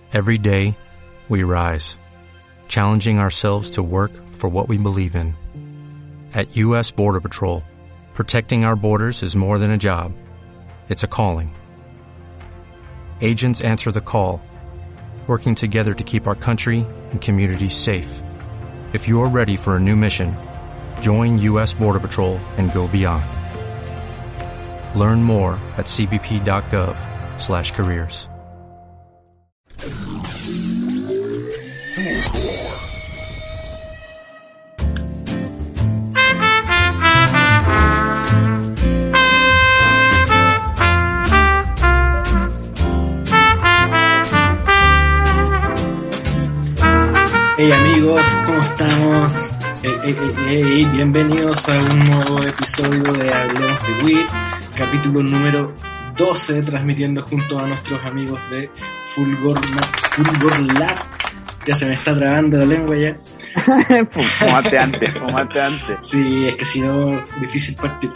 Every day, we rise, challenging ourselves to work for what we believe in. At U.S. Border Patrol, protecting our borders is more than a job. It's a calling. Agents answer the call, working together to keep our country and communities safe. If you're ready for a new mission, join U.S. Border Patrol and go beyond. Learn more at cbp.gov/careers. Hey amigos, ¿cómo estamos? Bienvenidos a un nuevo episodio de Hablemos de WIT, capítulo número 12, transmitiendo junto a nuestros amigos de Fulgor Lab. Ya se me está trabando la lengua ya. Fumate antes. Sí, es que si no, difícil partir.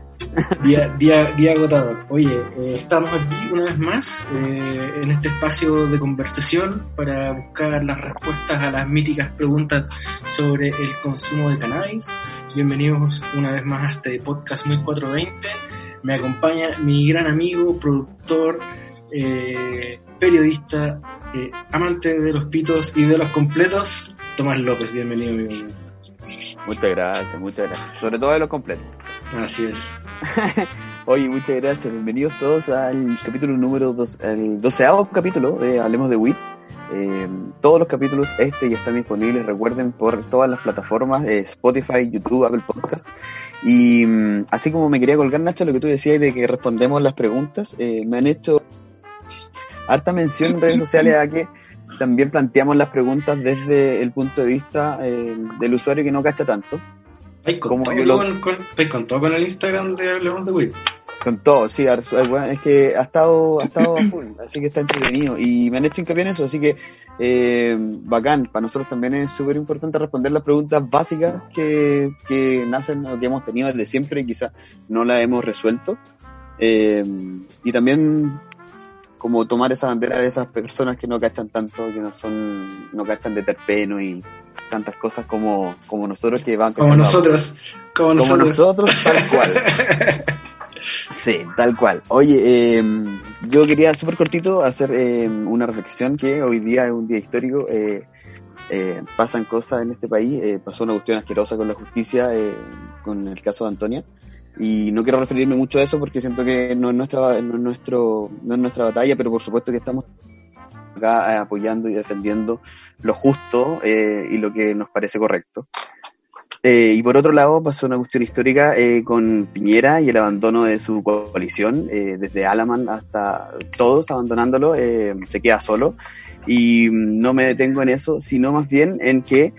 Día agotador. Oye, estamos aquí una vez más en este espacio de conversación para buscar las respuestas a las míticas preguntas sobre el consumo de cannabis. Bienvenidos una vez más a este podcast Muy 420. Me acompaña mi gran amigo, productor, periodista, amante de los pitos y de los completos, Tomás López. Bienvenido, amigo. Muchas gracias. Sobre todo de los completos. Así es. Oye, muchas gracias. Bienvenidos todos al capítulo número 2, el 12º capítulo de Hablemos de WIT. Todos los capítulos ya están disponibles, recuerden, por todas las plataformas, Spotify, YouTube, Apple Podcast. Y así como me quería colgar, Nacho, lo que tú decías de que respondemos las preguntas, me han hecho harta mención en redes sociales a que también planteamos las preguntas desde el punto de vista del usuario que no cacha tanto. ¿Estáis con todo con el Instagram de Hablemos de WIT? Con todo, sí, es que ha estado a full, así que está entretenido y me han hecho hincapié en eso, así que bacán. Para nosotros también es súper importante responder las preguntas básicas que nacen o que hemos tenido desde siempre y quizás no las hemos resuelto, y también como tomar esa bandera de esas personas que no cachan tanto, que no cachan de terpeno y tantas cosas como nosotros, que van como nosotros, tal cual. Sí, tal cual. Oye, yo quería súper cortito hacer una reflexión, que hoy día es un día histórico. Pasan cosas en este país, pasó una cuestión asquerosa con la justicia, con el caso de Antonia, y no quiero referirme mucho a eso porque siento que no es nuestra batalla, pero por supuesto que estamos acá apoyando y defendiendo lo justo y lo que nos parece correcto. Y por otro lado pasó una cuestión histórica con Piñera y el abandono de su coalición, desde Alaman hasta todos abandonándolo, se queda solo, y no me detengo en eso, sino más bien en que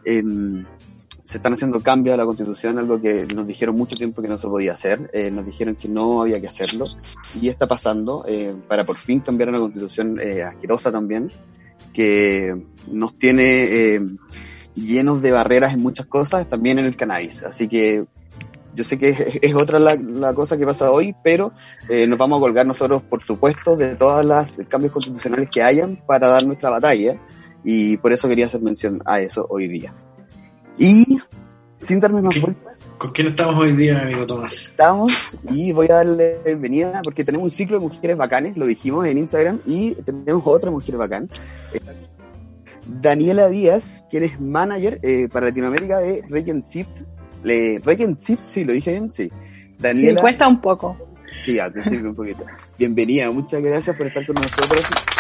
se están haciendo cambios a la Constitución, algo que nos dijeron mucho tiempo que no se podía hacer, nos dijeron que no había que hacerlo, y está pasando, para por fin cambiar una Constitución asquerosa también, que nos tiene llenos de barreras en muchas cosas, también en el cannabis. Así que yo sé que es otra la cosa que pasa hoy, pero nos vamos a colgar nosotros, por supuesto, de todos los cambios constitucionales que hayan para dar nuestra batalla, y por eso quería hacer mención a eso hoy día. Y sin darme más vueltas, ¿con quién estamos hoy día, amigo Tomás? Y voy a darle bienvenida porque tenemos un ciclo de mujeres bacanes, lo dijimos en Instagram, y tenemos otra mujer bacán, Daniela Díaz, quien es manager para Latinoamérica de Regent Seeds. Sí, lo dije bien, sí. Daniela, sí, cuesta un poco. Sí, al principio un poquito. Bienvenida, muchas gracias por estar con nosotros.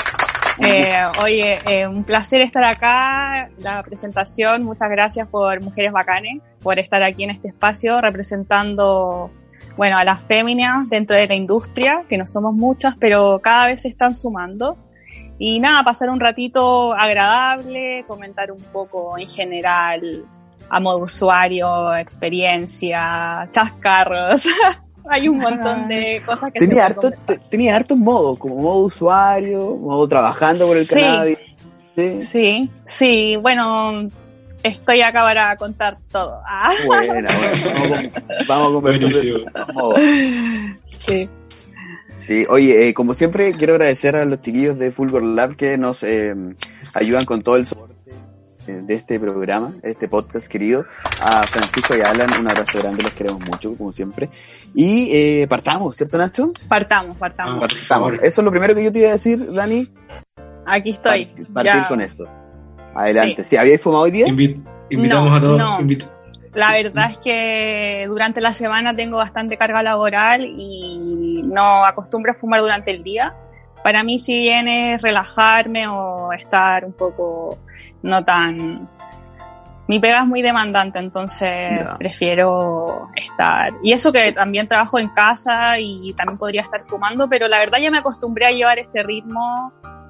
Un placer estar acá, la presentación. Muchas gracias por Mujeres Bacanes, por estar aquí en este espacio representando, a las féminas dentro de la industria, que no somos muchas, pero cada vez se están sumando. Y nada, pasar un ratito agradable, comentar un poco en general a modo usuario, experiencia, chascarros. Hay un montón de cosas que tenía hartos modos, como modo usuario, modo trabajando por el cannabis. Sí, bueno, estoy acá para contar todo. Bueno, vamos a conversar de modos. Sí. Sí, oye, como siempre quiero agradecer a los chiquillos de Fulgor Lab que nos ayudan con todo el soporte de este programa, de este podcast querido. A Francisco y a Alan, un abrazo grande, los queremos mucho, como siempre. Y partamos, ¿cierto, Nacho? Partamos. Eso es lo primero que yo te iba a decir, Dani. Aquí estoy. Partir con esto. Adelante. ¿Sí habíais fumado hoy día? Invitamos a todos. No. La verdad es que durante la semana tengo bastante carga laboral y no acostumbro a fumar durante el día. Para mí, si bien es relajarme o estar un poco no tan... Mi pega es muy demandante, entonces prefiero estar... Y eso que también trabajo en casa y también podría estar fumando, pero la verdad ya me acostumbré a llevar este ritmo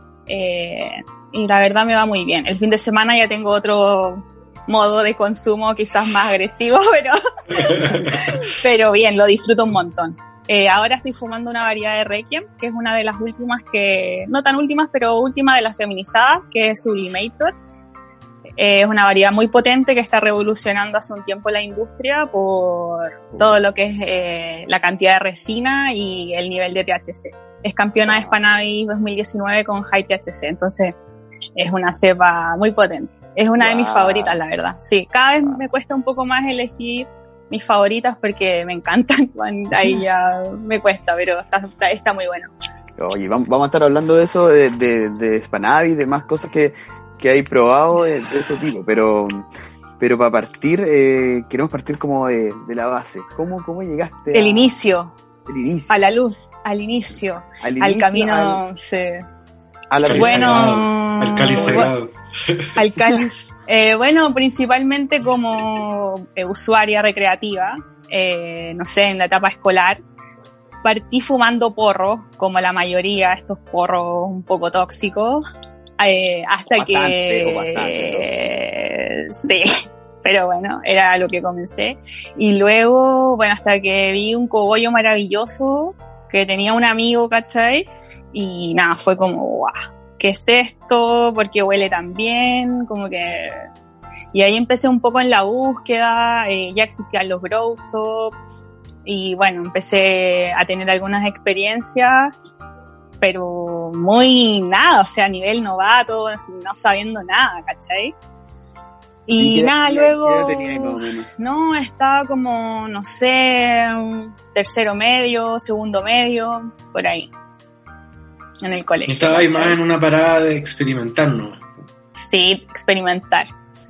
y la verdad me va muy bien. El fin de semana ya tengo otro modo de consumo quizás más agresivo, pero bien, lo disfruto un montón. Ahora estoy fumando una variedad de Requiem, que es una de las últimas no tan últimas, pero última de las feminizadas, que es Sublimator. Es una variedad muy potente que está revolucionando hace un tiempo la industria por todo lo que es la cantidad de resina y el nivel de THC. Es campeona de Spannabis 2019 con High THC, entonces es una cepa muy potente. Es una de mis favoritas, la verdad. Sí, cada vez me cuesta un poco más elegir mis favoritas porque me encantan. Ahí ya me cuesta, pero está muy bueno. Oye, vamos a estar hablando de eso, de Spannabis, de más cosas que hay probado de ese tipo, pero para partir, queremos partir como de la base. ¿Cómo llegaste El inicio. A la luz, al camino, sí. Al cáliz sagrado. Al cáliz. Bueno, principalmente como usuaria recreativa, no sé, en la etapa escolar, partí fumando porro, como la mayoría, estos porros un poco tóxicos, hasta que... Sí, pero bueno, era lo que comencé. Y luego, bueno, hasta que vi un cogollo maravilloso que tenía un amigo, ¿cachai? Y nada, fue como, guau, ¿qué es esto? ¿Por qué huele tan bien? Como que... Y ahí empecé un poco en la búsqueda, ya existían los grow shop, y bueno, empecé a tener algunas experiencias, pero muy nada, o sea, a nivel novato, no sabiendo nada, ¿cachai? Y nada, luego... No, estaba como, no sé, tercero medio, segundo medio, por ahí. En el colegio. Estaba ahí más en una parada de experimentar, ¿no? Sí, experimentar.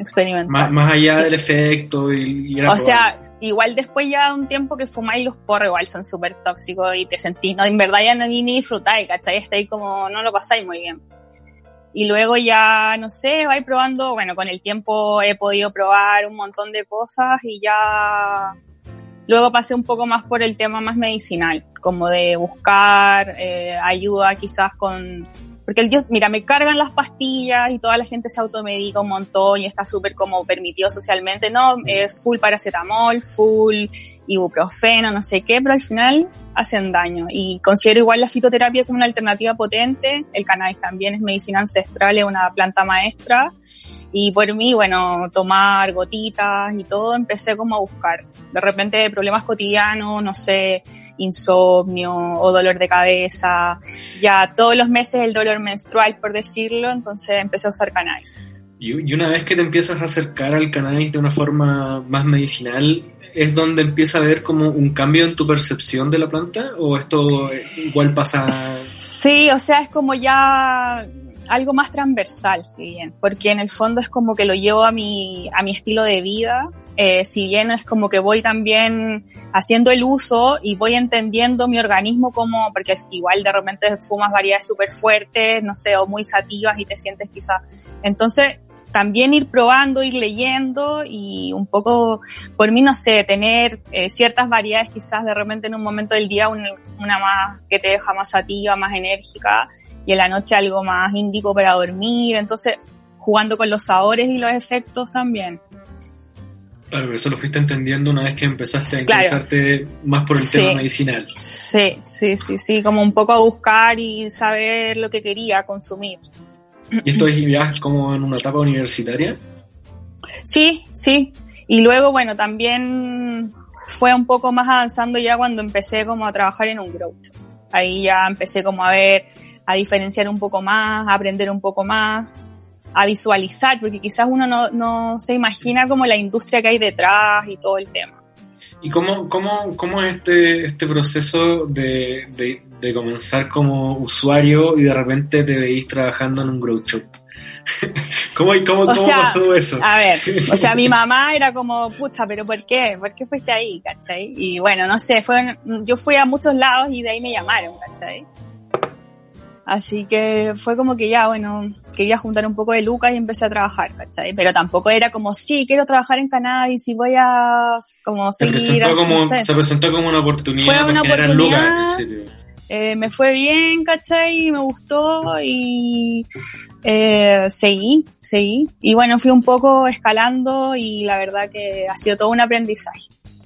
Más allá del efecto y o sea, igual después ya de un tiempo que fumáis los porros, igual son súper tóxicos y te sentís, no, en verdad ya ni disfrutáis, ¿cachai? Estáis como, no lo pasáis muy bien. Y luego ya, no sé, vais probando, bueno, con el tiempo he podido probar un montón de cosas y ya... Luego pasé un poco más por el tema más medicinal, como de buscar ayuda quizás con... Porque mira, me cargan las pastillas y toda la gente se automedica un montón y está súper como permitido socialmente, ¿no? Full paracetamol, full ibuprofeno, no sé qué, pero al final hacen daño. Y considero igual la fitoterapia como una alternativa potente. El cannabis también es medicina ancestral, es una planta maestra. Y por mí, bueno, tomar gotitas y todo, empecé como a buscar. De repente problemas cotidianos, no sé, insomnio o dolor de cabeza, ya todos los meses el dolor menstrual, por decirlo, entonces empecé a usar cannabis. Y una vez que te empiezas a acercar al cannabis de una forma más medicinal, ¿es donde empieza a haber como un cambio en tu percepción de la planta? ¿O esto igual pasa...? Sí, o sea, es como ya algo más transversal, si bien, porque en el fondo es como que lo llevo a mi estilo de vida. Si bien es como que voy también haciendo el uso y voy entendiendo mi organismo como, porque igual de repente fumas variedades súper fuertes, no sé, o muy sativas y te sientes quizás. Entonces, también ir probando, ir leyendo y un poco, por mí, no sé, tener ciertas variedades quizás de repente en un momento del día una más que te deja más sativa, más enérgica y en la noche algo más índico para dormir. Entonces, jugando con los sabores y los efectos también. Claro, pero eso lo fuiste entendiendo una vez que empezaste a interesarte más por el tema medicinal. Sí, como un poco a buscar y saber lo que quería consumir. ¿Y esto ya es como en una etapa universitaria? Sí. Y luego, bueno, también fue un poco más avanzando ya cuando empecé como a trabajar en un grow shop. Ahí ya empecé como a ver, a diferenciar un poco más, a aprender un poco más, a visualizar, porque quizás uno no se imagina como la industria que hay detrás y todo el tema. ¿Y cómo es este proceso de comenzar como usuario y de repente te veís trabajando en un grow shop? ¿Cómo pasó eso? A ver, o sea, mi mamá era como, pucha, pero ¿por qué? ¿Por qué fuiste ahí? ¿Cachai? Y bueno, no sé, yo fui a muchos lados y de ahí me llamaron, ¿cachai? Así que fue como que ya, bueno, quería juntar un poco de lucas y empecé a trabajar, ¿cachai? Pero tampoco era como, sí, quiero trabajar en cannabis y voy a como seguir. Se presentó como una oportunidad para generar lucas al principio. Me fue bien, ¿cachai? Me gustó y seguí. Y bueno, fui un poco escalando y la verdad que ha sido todo un aprendizaje.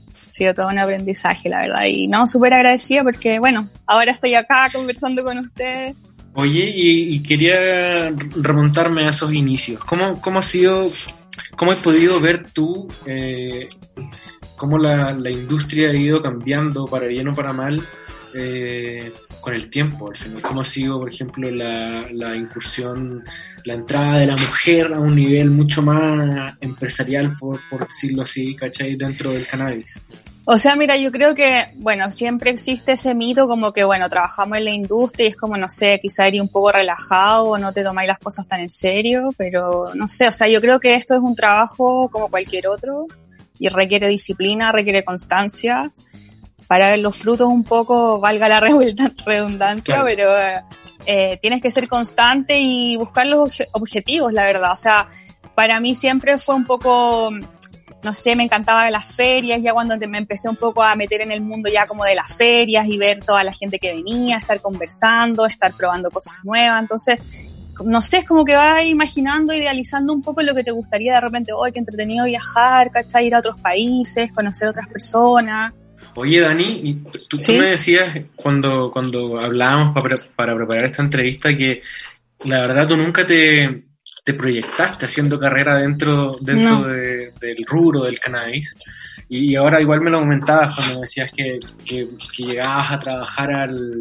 La verdad. Y no, súper agradecida porque, bueno, ahora estoy acá conversando con ustedes. Oye, y quería remontarme a esos inicios. ¿Cómo ha sido, cómo has podido ver tú cómo la industria ha ido cambiando para bien o para mal con el tiempo? Al final, ¿cómo ha sido, por ejemplo, la incursión, la entrada de la mujer a un nivel mucho más empresarial, por decirlo así, ¿cachai? Dentro del cannabis. O sea, mira, yo creo que, bueno, siempre existe ese mito como que, bueno, trabajamos en la industria y es como, no sé, quizá eres un poco relajado o no te tomáis las cosas tan en serio, pero no sé, o sea, yo creo que esto es un trabajo como cualquier otro y requiere disciplina, requiere constancia para ver los frutos un poco, valga la redundancia, claro. Pero tienes que ser constante y buscar los objetivos, la verdad. O sea, para mí siempre fue un poco, no sé, me encantaban las ferias, ya cuando me empecé un poco a meter en el mundo ya como de las ferias y ver toda la gente que venía, estar conversando, estar probando cosas nuevas, entonces, no sé, es como que vas imaginando, idealizando un poco lo que te gustaría de repente, hoy qué entretenido viajar, ¿cachai? Ir a otros países, conocer otras personas. Oye, Dani, tú me decías cuando hablábamos para preparar esta entrevista que la verdad tú nunca te proyectaste haciendo carrera dentro no. del rubro del cannabis, y ahora igual me lo comentabas cuando me decías que llegabas a trabajar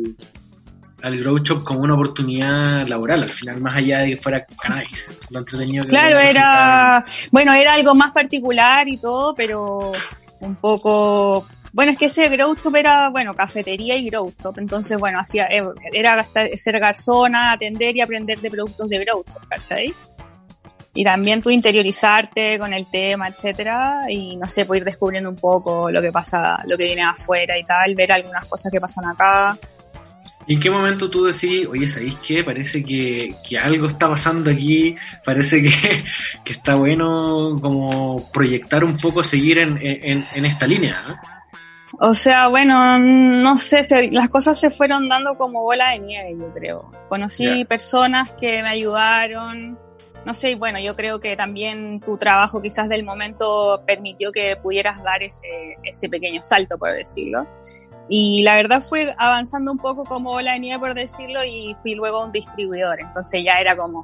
al grow shop como una oportunidad laboral, al final, más allá de que fuera cannabis, lo entretenido que claro, era algo más particular y todo, pero un poco, bueno, es que ese grow shop era, bueno, cafetería y grow shop, entonces, bueno, era ser garzona, atender y aprender de productos de grow shop, ¿cachai? Y también tú interiorizarte con el tema, etcétera, y no sé, pues ir descubriendo un poco lo que pasa, lo que viene afuera y tal, ver algunas cosas que pasan acá. ¿Y en qué momento tú decís, oye, ¿sabéis qué? Parece que algo está pasando aquí, parece que está bueno como proyectar un poco, seguir en esta línea, ¿no? O sea, bueno, no sé, las cosas se fueron dando como bola de nieve, yo creo. Conocí personas que me ayudaron, no sé, y bueno, yo creo que también tu trabajo quizás del momento permitió que pudieras dar ese pequeño salto, por decirlo. Y la verdad fue avanzando un poco como bola de nieve, por decirlo, y fui luego a un distribuidor, entonces ya era como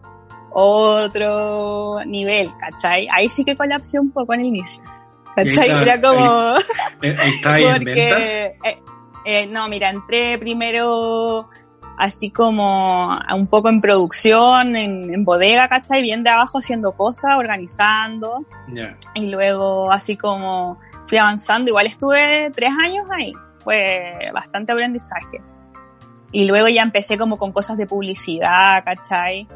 otro nivel, ¿cachai? Ahí sí que colapsé un poco en el inicio. ¿Cachai? Era como... ¿Está ahí en ventas? No, mira, entré primero así como un poco en producción, en bodega, ¿cachai? Bien de abajo haciendo cosas, organizando. Yeah. Y luego así como fui avanzando. Igual estuve 3 años ahí. Fue bastante aprendizaje. Y luego ya empecé como con cosas de publicidad, ¿cachai?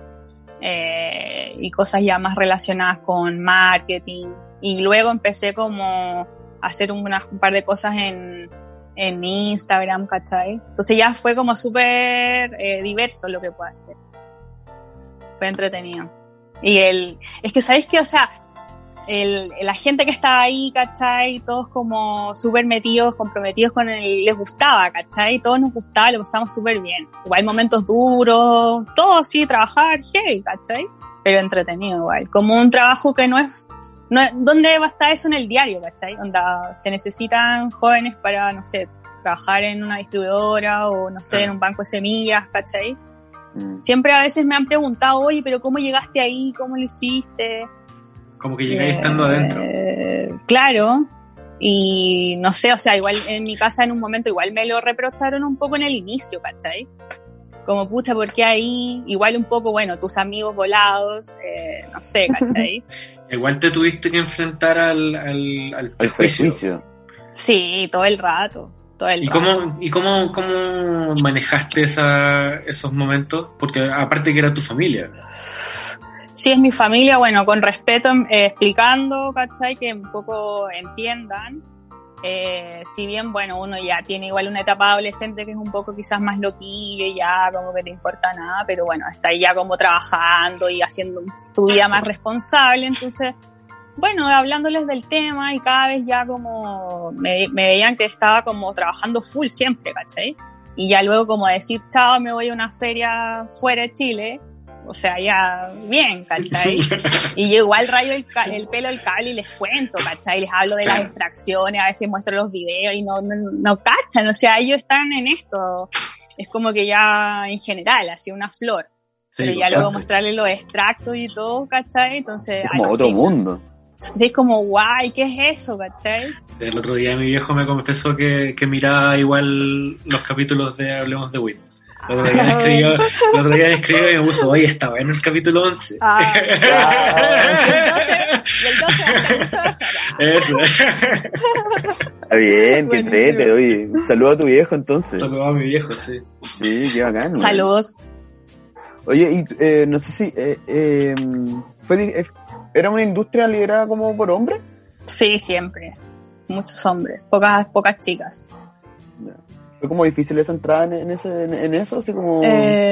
Y cosas ya más relacionadas con marketing. Y luego empecé como a hacer un par de cosas en Instagram, ¿cachai? Entonces ya fue como súper diverso lo que puedo hacer. Fue entretenido. Y es que, ¿sabéis qué? O sea, la gente que estaba ahí, ¿cachai? Todos como súper metidos, comprometidos con les gustaba, ¿cachai? Todos nos gustaba, lo pasamos súper bien. Igual momentos duros, todo así, trabajar, hey, ¿cachai? Pero entretenido igual. Como un trabajo que no es, ¿dónde va a estar eso en el diario, cachai? Donde se necesitan jóvenes para, no sé, trabajar en una distribuidora o, no sé, en un banco de semillas, ¿cachai? Siempre a veces me han preguntado, oye, pero ¿cómo llegaste ahí? ¿Cómo lo hiciste? Como que llegáis estando adentro. Claro. Y no sé, o sea, igual en mi casa en un momento igual me lo reprocharon un poco en el inicio, ¿cachai? Como, pucha, ¿por qué ahí? Igual un poco, bueno, tus amigos volados, no sé, ¿cachai? Igual te tuviste que enfrentar al prejuicio. Sí, todo el rato. ¿Y cómo manejaste esos momentos? Porque aparte que era tu familia. Sí, es mi familia, bueno, con respeto, explicando, ¿cachai? Que un poco entiendan. Si bien, bueno, uno ya tiene igual una etapa adolescente que es un poco quizás más loquillo y ya como que te importa nada, pero bueno, está ya como trabajando y haciendo tu vida más responsable, entonces, bueno, hablándoles del tema y cada vez ya como me veían que estaba como trabajando full siempre, ¿cachai? Y ya luego como decir, chao, me voy a una feria fuera de Chile, o sea, ya bien, ¿cachai? Y yo igual rayo el pelo al cable y les cuento, ¿cachai? Les hablo de las extracciones, a veces muestro los videos y no cachan, o sea, ellos están en esto. Es como que ya en general, así una flor. Sí, pero ya luego mostrarles los extractos y todo, ¿cachai? Entonces, es como otro mundo. Sí, es como, guay, ¿qué es eso, cachai? El otro día mi viejo me confesó que miraba igual los capítulos de Hablemos de Wit. El otro día me escribió y me puso, oye, está bueno el capítulo 11. Y el 12 Eso. Está bien, que entrete, oye. Saludos a tu viejo entonces. Saludos a mi viejo, sí. Sí, qué bacán. Saludos. Oye, y no sé si ¿era una industria liderada como por hombres? Sí, siempre. Muchos hombres, pocas chicas. ¿Fue como difícil esa entrada en eso? Así como...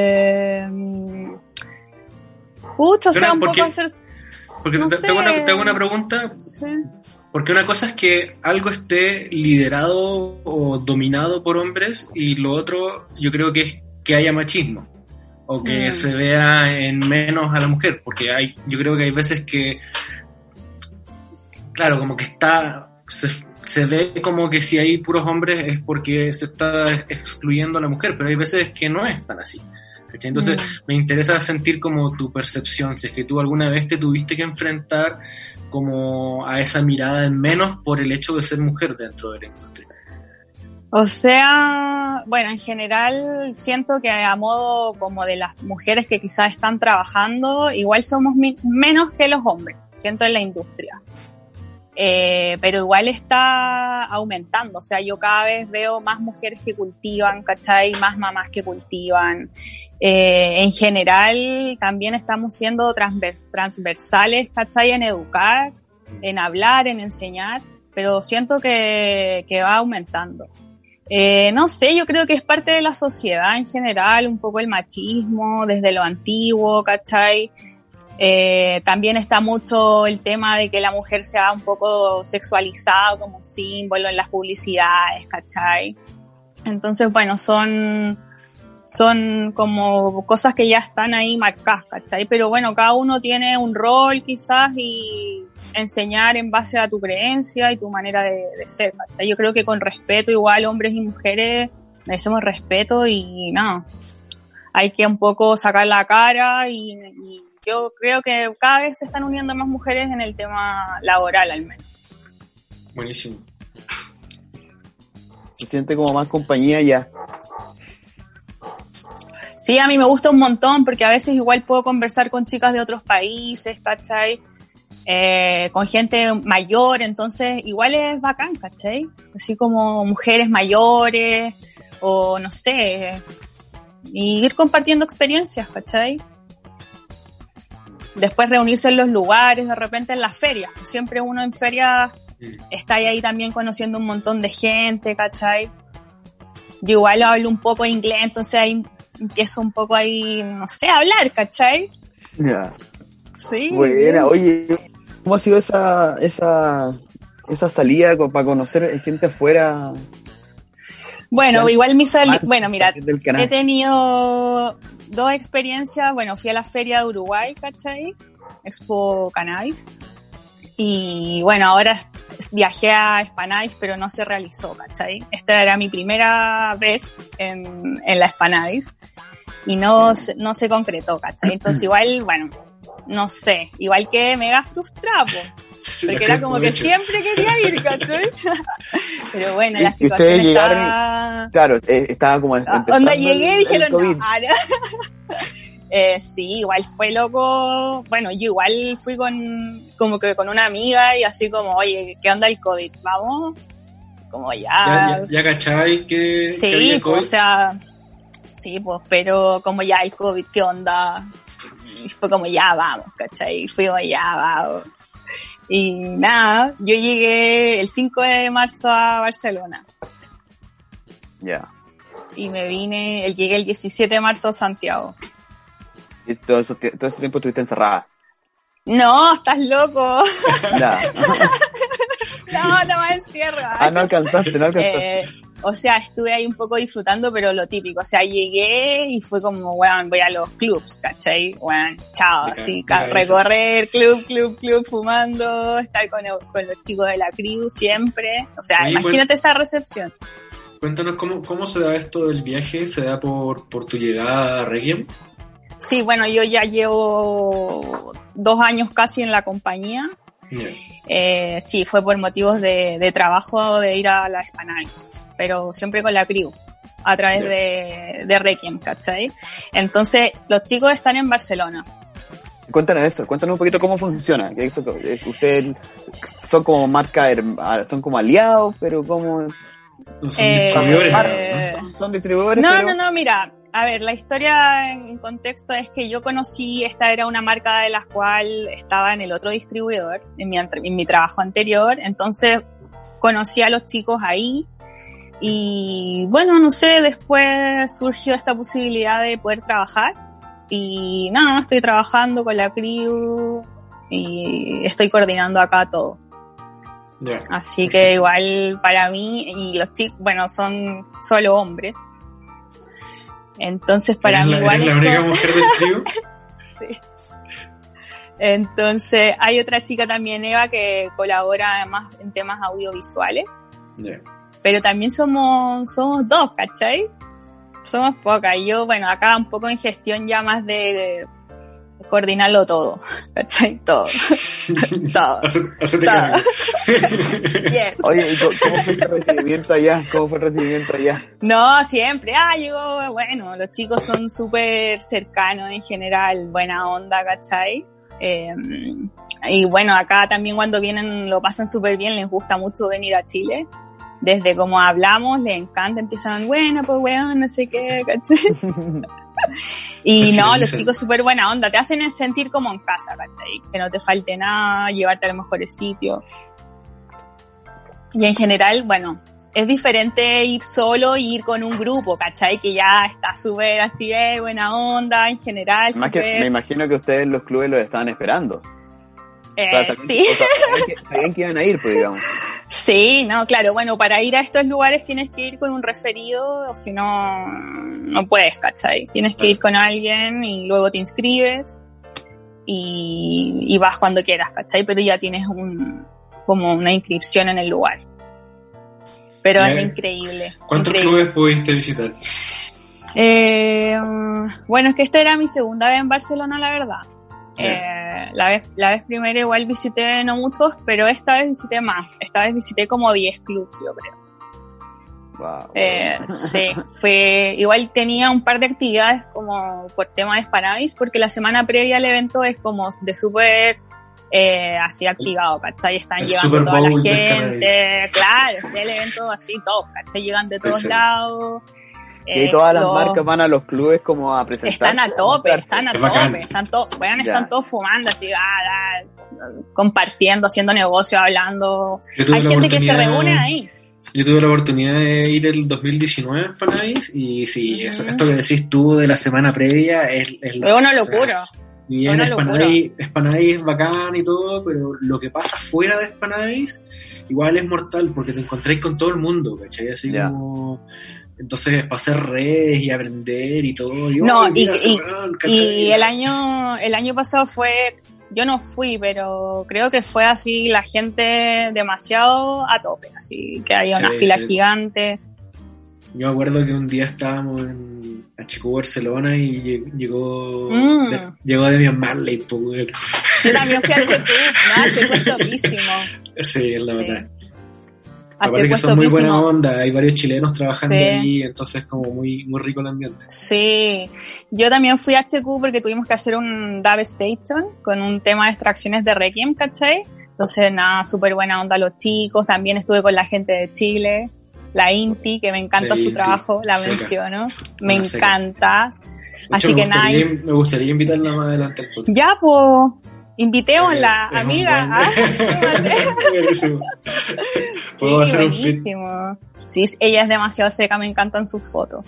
Pucha, o sea, un poco hacer... Porque no te hago una pregunta. Sí. Porque una cosa es que algo esté liderado o dominado por hombres y lo otro yo creo que es que haya machismo o que se vea en menos a la mujer. Porque yo creo que hay veces que, claro, como que se ve como que si hay puros hombres es porque se está excluyendo a la mujer, pero hay veces que no es tan así. ¿Cachai? Entonces me interesa sentir como tu percepción, si es que tú alguna vez te tuviste que enfrentar como a esa mirada en menos por el hecho de ser mujer dentro de la industria. O sea, bueno, en general siento que a modo como de las mujeres que quizás están trabajando, igual somos menos que los hombres, siento en la industria. Pero igual está aumentando, o sea, yo cada vez veo más mujeres que cultivan, ¿cachai? Más mamás que cultivan. En general también estamos siendo transversales, ¿cachai? En educar, en hablar, en enseñar, pero siento que va aumentando. No sé, yo creo que es parte de la sociedad en general, un poco el machismo desde lo antiguo, ¿cachai? También está mucho el tema de que la mujer sea un poco sexualizada como símbolo en las publicidades, ¿cachai? Entonces, bueno, son como cosas que ya están ahí marcadas, ¿cachai? Pero bueno, cada uno tiene un rol quizás y enseñar en base a tu creencia y tu manera de ser, ¿cachai? Yo creo que con respeto igual hombres y mujeres merecemos respeto y no, hay que un poco sacar la cara y yo creo que cada vez se están uniendo más mujeres en el tema laboral, al menos. Buenísimo. Se siente como más compañía ya. Sí, a mí me gusta un montón porque a veces igual puedo conversar con chicas de otros países, ¿cachai? Con gente mayor, entonces igual es bacán, ¿cachai? Así como mujeres mayores o no sé, y ir compartiendo experiencias, ¿cachai? Después reunirse en los lugares, de repente en las ferias. Siempre uno en ferias está ahí también conociendo un montón de gente, ¿cachai? Yo igual hablo un poco inglés, entonces ahí empiezo un poco ahí, no sé, a hablar, ¿cachai? Ya. Yeah. Sí. Buena, oye, ¿cómo ha sido esa salida para conocer gente afuera? Bueno, igual bueno, mira, he tenido 2 experiencias. Bueno, fui a la feria de Uruguay, ¿cachai? Expo Cannabis. Y bueno, ahora viajé a Spanadis, pero no se realizó, ¿cachai? Esta era mi primera vez en la Spanadis y no se concretó, ¿cachai? Entonces igual, bueno, no sé, igual que mega frustrado. Porque era como que siempre quería ir, ¿cachai? Pero bueno, la situación ustedes llegaron estaba... Claro, estaba como empezando. Cuando llegué dijeron, COVID. no. Sí, igual fue loco. Bueno, yo igual fui como que con una amiga y así como, oye, ¿qué onda el COVID? ¿Vamos? Como ya cachai que sí, había COVID. Pues, o sea, sí, pues, pero como ya el COVID, ¿qué onda? Y fue como ya vamos, ¿cachai? Y fuimos ya vamos. Y nada, yo llegué el 5 de marzo a Barcelona. Ya. Y me llegué el 17 de marzo a Santiago. ¿Y todo ese tiempo estuviste encerrada? No, estás loco. Ya. No me encierro. No alcanzaste. O sea, estuve ahí un poco disfrutando, pero lo típico. O sea, llegué y fue como, weón, voy a los clubs, ¿cachai? Weón, chao, así, recorrer club, fumando, estar con los chicos de la crew siempre. O sea, imagínate esa recepción. Cuéntanos cómo se da esto del viaje. ¿Se da por tu llegada a Requiem? Sí, bueno, yo ya llevo 2 años casi en la compañía. Yeah. Sí, fue por motivos de trabajo de ir a la Spanish, pero siempre con la crew, a través de Requiem, ¿cachai? Entonces, los chicos están en Barcelona. Cuéntanos un poquito cómo funciona. Ustedes son como marca, son como aliados, pero ¿cómo? Son distribuidores. Son distribuidores. No, mira. A ver, la historia en contexto es que yo conocí, esta era una marca de la cual estaba en el otro distribuidor, en mi trabajo anterior, entonces conocí a los chicos ahí y bueno, no sé, después surgió esta posibilidad de poder trabajar y nada, estoy trabajando con la crew y estoy coordinando acá todo. Yeah. Así que igual para mí, y los chicos, bueno, son solo hombres. Entonces para mí igual ¿Eres la única mujer del trío? Sí. Entonces hay otra chica también, Eva, que colabora además en temas audiovisuales. Yeah. Pero también somos 2, ¿cachai? Somos pocas. Yo, bueno, acá un poco en gestión ya más de coordinarlo todo, ¿cachai? Todo. Hacete cargo. Yes. Oye, ¿y cómo fue el recibimiento allá? No, siempre. Llegó, bueno, los chicos son súper cercanos en general, buena onda, ¿cachai? Y bueno, acá también cuando vienen lo pasan súper bien, les gusta mucho venir a Chile. Desde como hablamos, les encanta, empiezan, bueno, pues weón, no sé qué, ¿cachai? Y no, los chicos súper buena onda, te hacen sentir como en casa, ¿cachai? Que no te falte nada, llevarte a los mejores sitios. Y en general, bueno, es diferente ir solo y ir con un grupo, ¿cachai? Que ya está súper así, buena onda, en general. Más que me imagino que ustedes los clubes los estaban esperando. Sí. Sabían que iban a ir, pues, digamos. Sí, no, claro, bueno, para ir a estos lugares tienes que ir con un referido, o si no, no puedes, ¿cachai? Tienes que ir con alguien y luego te inscribes y vas cuando quieras, ¿cachai? Pero ya tienes como una inscripción en el lugar. Pero es increíble. ¿Cuántos clubes pudiste visitar? Bueno, es que esta era mi segunda vez en Barcelona, la verdad. La vez primera igual visité no muchos, pero esta vez visité más. Esta vez visité como 10 clubs, yo creo. Wow. Sí, igual tenía un par de actividades como por tema de Spanavis, porque la semana previa al evento es como de súper así activado, ¿cachai? Están llegando toda la gente, claro, está el evento así, todos, ¿cachai? Llegan de todos lados. Y todas las marcas van a los clubes como a presentar. Están a tope, están todos fumando así, compartiendo, haciendo negocio, hablando. Hay gente que se reúne ahí. Yo tuve la oportunidad de ir el 2019 a Spanavis y sí, esto que decís tú de la semana previa es una locura. Y bien, Spanavis es bacán y todo, pero lo que pasa fuera de Spanavis igual es mortal porque te encontráis con todo el mundo, ¿cachai? Así como... Entonces, para hacer redes y aprender y todo. Y el año pasado yo no fui, pero creo que fue así la gente demasiado a tope, así que había una fila gigante. Yo me acuerdo que un día estábamos en HQ Barcelona y llegó Damian Marley, pues, güey. Yo también fui a HQ, HQ es topísimo. Sí, es la verdad. HQ Aparte que es son muy topísimo. buena onda, hay varios chilenos trabajando Sí. ahí, entonces como muy, muy rico el ambiente. Sí, yo también fui a HQ porque tuvimos que hacer un dub station con un tema de extracciones de Requiem, ¿cachai? Entonces, nada, súper buena onda los chicos. También estuve con la gente de Chile, la Inti, que me encanta La su Inti, trabajo, la seca. menciono. Me Una seca. encanta. De hecho, Así que nada. me gustaría invitarla más adelante al podcast. Ya, pues, invitémosla, Es un amiga. buen- Buenísimo. Puedo hacer un fit. Buenísimo. Sí, ella es demasiado seca, me encantan sus fotos.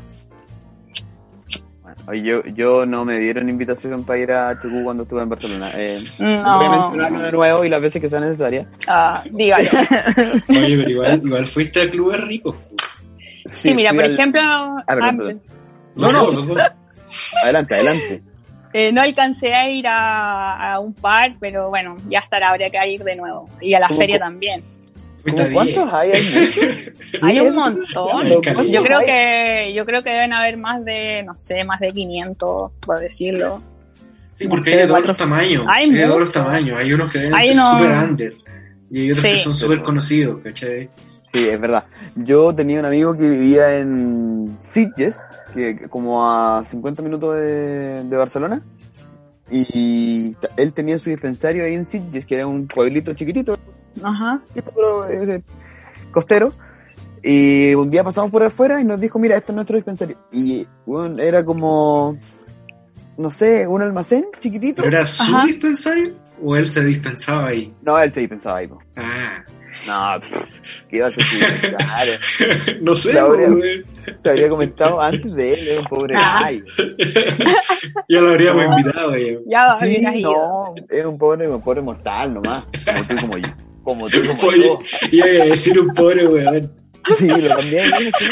Oye, yo no me dieron invitación para ir a HQ cuando estuve en Barcelona. No. Voy a mencionarlo de nuevo y las veces que sea necesaria. Dígalo. Oye, pero igual fuiste a clubes ricos. Sí, mira, por ejemplo, perdón. No. Adelante. No alcancé a ir a un par, pero bueno, ya estará, habría que ir de nuevo. Y a la ¿Cómo feria cu- también. Fuiste a ¿Cuántos hay? ¿Hay muchos? Hay Sí, un montón. Hay calidad. Yo creo que deben haber más de 500, por decirlo. Sí, No porque sé, hay de todos 400. los tamaños. Hay de todos los mucho. tamaños. Hay unos que deben Hay ser unos- super under. Y hay otros Sí. que son super conocidos, ¿cachai? Sí, es verdad. Yo tenía un amigo que vivía en Sitges, que como a 50 minutos de Barcelona, y él tenía su dispensario ahí en Sitges, que era un pueblito chiquitito, Ajá. pero costero, y un día pasamos por afuera y nos dijo, mira, este es nuestro dispensario, y bueno, era como, no sé, un almacén chiquitito. ¿Pero era su Ajá. dispensario? ¿O él se dispensaba ahí? No, él se dispensaba ahí, po. Ah. No, ¿qué iba a ser su dispensario? No sé, La habría- güey. Te habría comentado antes de él, era un pobre gallo. Ya lo habríamos No. invitado, ya. Ya Sí, habrías ido. no, es un pobre mortal nomás, como tú como yo. Como tú como Oye, yo. iba a decir un pobre weón. Sí, lo también.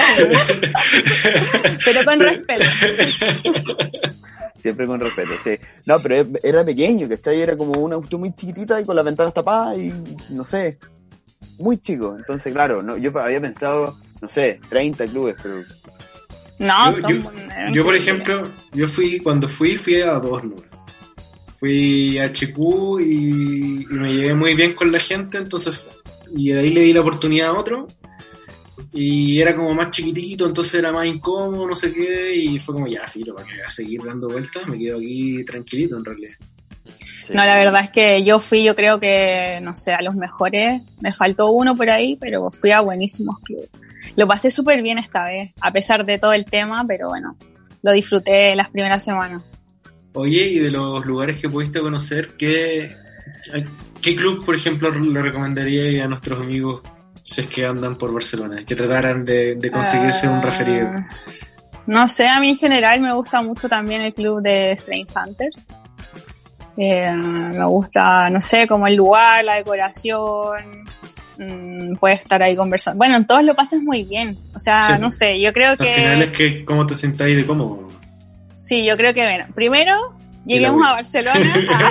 Pero con respeto. Siempre con respeto, sí. No, pero era pequeño, ¿cachai? Era como una cuestión muy chiquitita y con las ventanas tapadas y no sé, muy chico. Entonces, claro, no, yo había pensado, no sé, 30 clubes, pero No, Yo, por ejemplo, cuando fui a dos, ¿no? Fui a HQ y me llevé muy bien con la gente, entonces, y de ahí le di la oportunidad a otro, y era como más chiquitito, entonces era más incómodo, no sé qué, y fue como, ya, filo, para que voy a seguir dando vueltas, me quedo aquí tranquilito en realidad. sí. No, la verdad es que yo creo que, no sé, a los mejores. Me faltó uno por ahí, pero fui a buenísimos clubes. Lo pasé súper bien esta vez, a pesar de todo el tema, pero bueno, lo disfruté las primeras semanas. Oye, y de los lugares que pudiste conocer, ¿qué club, por ejemplo, le recomendaría a nuestros amigos si es que andan por Barcelona? Que trataran de conseguirse un referido. No sé, a mí en general me gusta mucho también el club de Strange Hunters. Me gusta, no sé, como el lugar, la decoración. Puedes estar ahí conversando. Bueno, en todos lo pasas muy bien. O sea, Sí. no sé, yo creo Al que... final es que cómo te sientáis de cómodo. Sí, yo creo que, bueno, primero lleguemos a Barcelona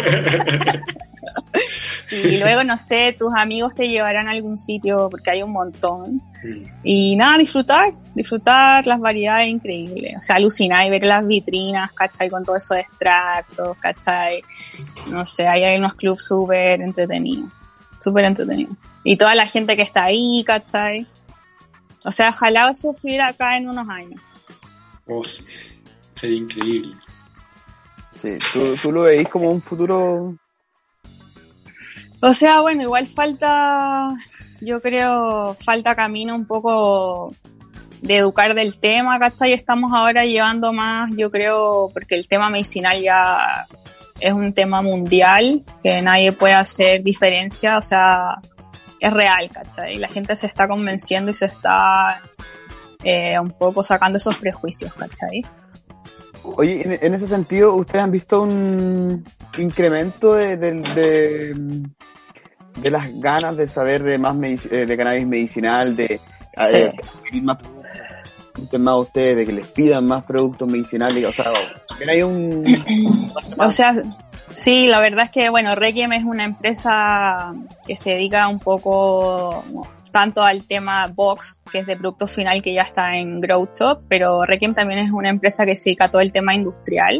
y luego, no sé, tus amigos te llevarán a algún sitio porque hay un montón. Y nada, disfrutar las variedades increíbles. O sea, alucinar y ver las vitrinas, ¿cachai? Con todo eso de extractos, ¿cachai? No sé, ahí hay unos clubs súper entretenidos. Y toda la gente que está ahí, ¿cachai? O sea, ojalá eso estuviera acá en unos años. Oh, sí. Sería increíble. Sí, tú lo veis como un futuro. O sea, bueno, igual yo creo, falta camino un poco de educar del tema, ¿cachai? Estamos ahora llevando más, yo creo, porque el tema medicinal ya es un tema mundial, que nadie puede hacer diferencia, o sea, es real, ¿cachai? La gente se está convenciendo y se está un poco sacando esos prejuicios, ¿cachai? Oye, en ese sentido, ¿ustedes han visto un incremento de las ganas de saber de más de cannabis medicinal, de adquirir más productos, más a ustedes, de que les pidan más productos medicinales? O sea, que hay O sea, sí, la verdad es que, bueno, Requiem es una empresa que se dedica un poco, tanto al tema Box, que es de producto final que ya está en Growtop, pero Requiem también es una empresa que se dedica a todo el tema industrial,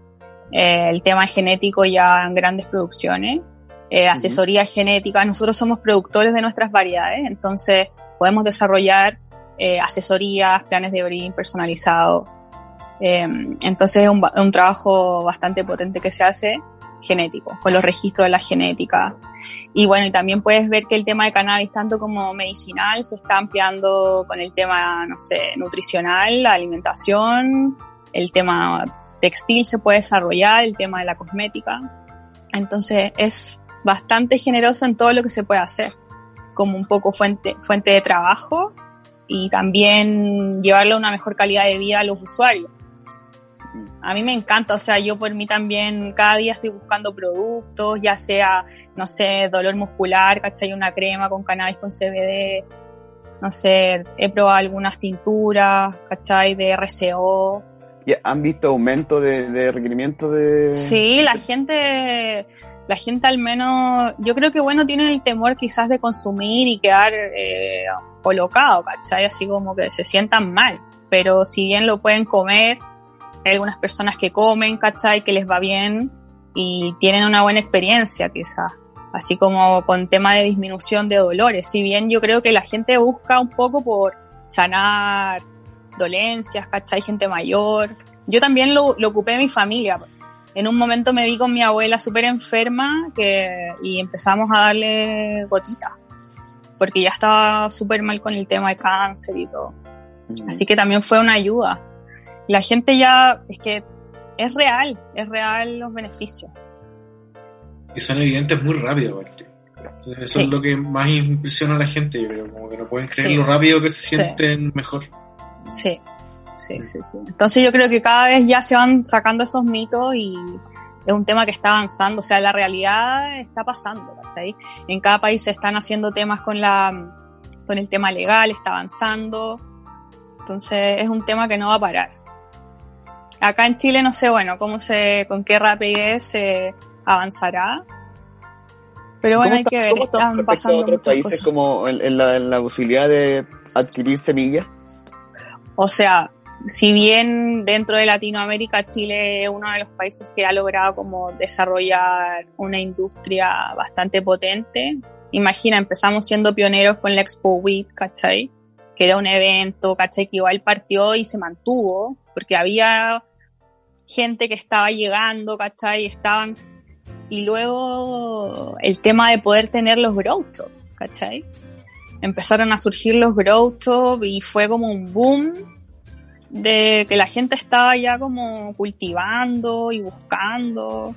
el tema genético ya en grandes producciones, asesoría genética. Nosotros somos productores de nuestras variedades, entonces podemos desarrollar asesorías, planes de breeding personalizados. Entonces es un trabajo bastante potente que se hace genético, con los registros de la genética. Y bueno, y también puedes ver que el tema de cannabis, tanto como medicinal, se está ampliando con el tema, no sé, nutricional, la alimentación, el tema textil se puede desarrollar, el tema de la cosmética. Entonces es bastante generoso en todo lo que se puede hacer, como un poco fuente de trabajo y también llevarle una mejor calidad de vida a los usuarios. A mí me encanta, o sea, yo por mí también cada día estoy buscando productos, ya sea, no sé, dolor muscular, ¿cachai? Una crema con cannabis con CBD, no sé, he probado algunas tinturas, ¿cachai? De RCO. ¿Han visto aumento de requerimiento de...? Sí, la gente al menos, yo creo que bueno, tienen el temor quizás de consumir y quedar colocado, ¿cachai? Así como que se sientan mal, pero si bien lo pueden comer, hay algunas personas que comen, ¿cachai? Que les va bien y tienen una buena experiencia quizás, así como con tema de disminución de dolores. Si bien yo creo que la gente busca un poco por sanar dolencias, ¿cachai? Gente mayor. Yo también lo ocupé en mi familia. En un momento me vi con mi abuela súper enferma y empezamos a darle gotitas, porque ya estaba súper mal con el tema de cáncer y todo. Así que también fue una ayuda. La gente ya, es que es real los beneficios. Y son evidentes muy rápido, aparte. Eso es lo que más impresiona a la gente, yo creo, como que no pueden creer lo rápido que se sienten mejor. Sí. Entonces yo creo que cada vez ya se van sacando esos mitos y es un tema que está avanzando, o sea, la realidad está pasando, ¿cachai? En cada país se están haciendo temas con el tema legal, está avanzando, entonces es un tema que no va a parar. Acá en Chile no sé, bueno, con qué rapidez se avanzará, pero bueno, hay que ver, están pasando otros muchas países cosas. Como en la posibilidad de adquirir semillas. O sea, si bien dentro de Latinoamérica Chile es uno de los países que ha logrado como desarrollar una industria bastante potente, imagina, empezamos siendo pioneros con la Expo Weed, ¿cachai? Que era un evento, ¿cachai? Que igual partió y se mantuvo, porque había gente que estaba llegando, ¿cachai? Y luego el tema de poder tener los Growtop, ¿cachai? Empezaron a surgir los Growtop y fue como un boom de que la gente estaba ya como cultivando y buscando.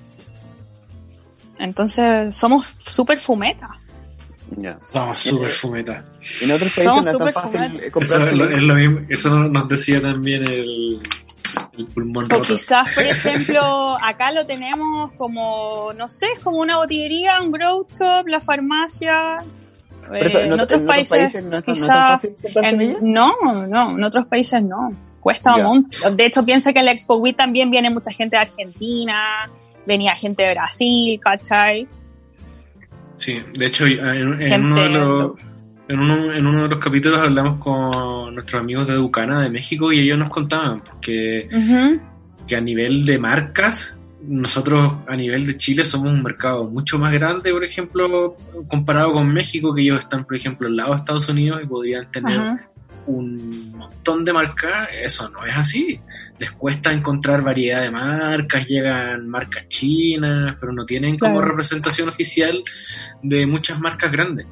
Entonces somos súper fumetas. Yeah. Somos súper fumetas. En otros países no es tan fácil comprar. Es lo mismo, eso nos decía también el pulmón roto. O quizás, por ejemplo, acá lo tenemos como, no sé, es como una botillería, un Growtop, la farmacia. En otros países no es quizás, tan fácil comprar semillas. No, en otros países no. Cuesta un montón. De hecho, piensa que en la Expo Weed también viene mucha gente de Argentina, venía gente de Brasil, ¿cachai? Sí, de hecho, en uno de los capítulos hablamos con nuestros amigos de Educana de México y ellos nos contaban que a nivel de marcas, nosotros a nivel de Chile somos un mercado mucho más grande, por ejemplo, comparado con México, que ellos están, por ejemplo, al lado de Estados Unidos y podrían tener un montón de marcas. Eso no es así. Les cuesta encontrar variedad de marcas, llegan marcas chinas, pero no tienen como representación oficial de muchas marcas grandes.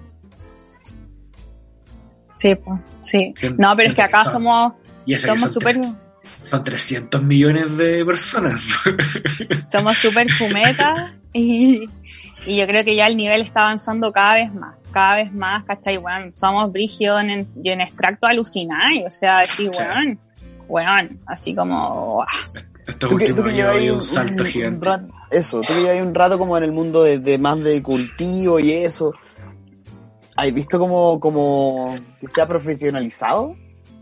Sí, pues, sí. No, pero es que acá somos súper... Son 300 millones de personas. Somos súper fumetas y yo creo que ya el nivel está avanzando cada vez más, ¿cachai? Bueno, somos brígidos en extracto alucinante, o sea, así, bueno, así como... Estos últimos años hay un salto gigante. Tú que llevas un rato como en el mundo de más de cultivo y eso, ¿has visto como que se ha profesionalizado?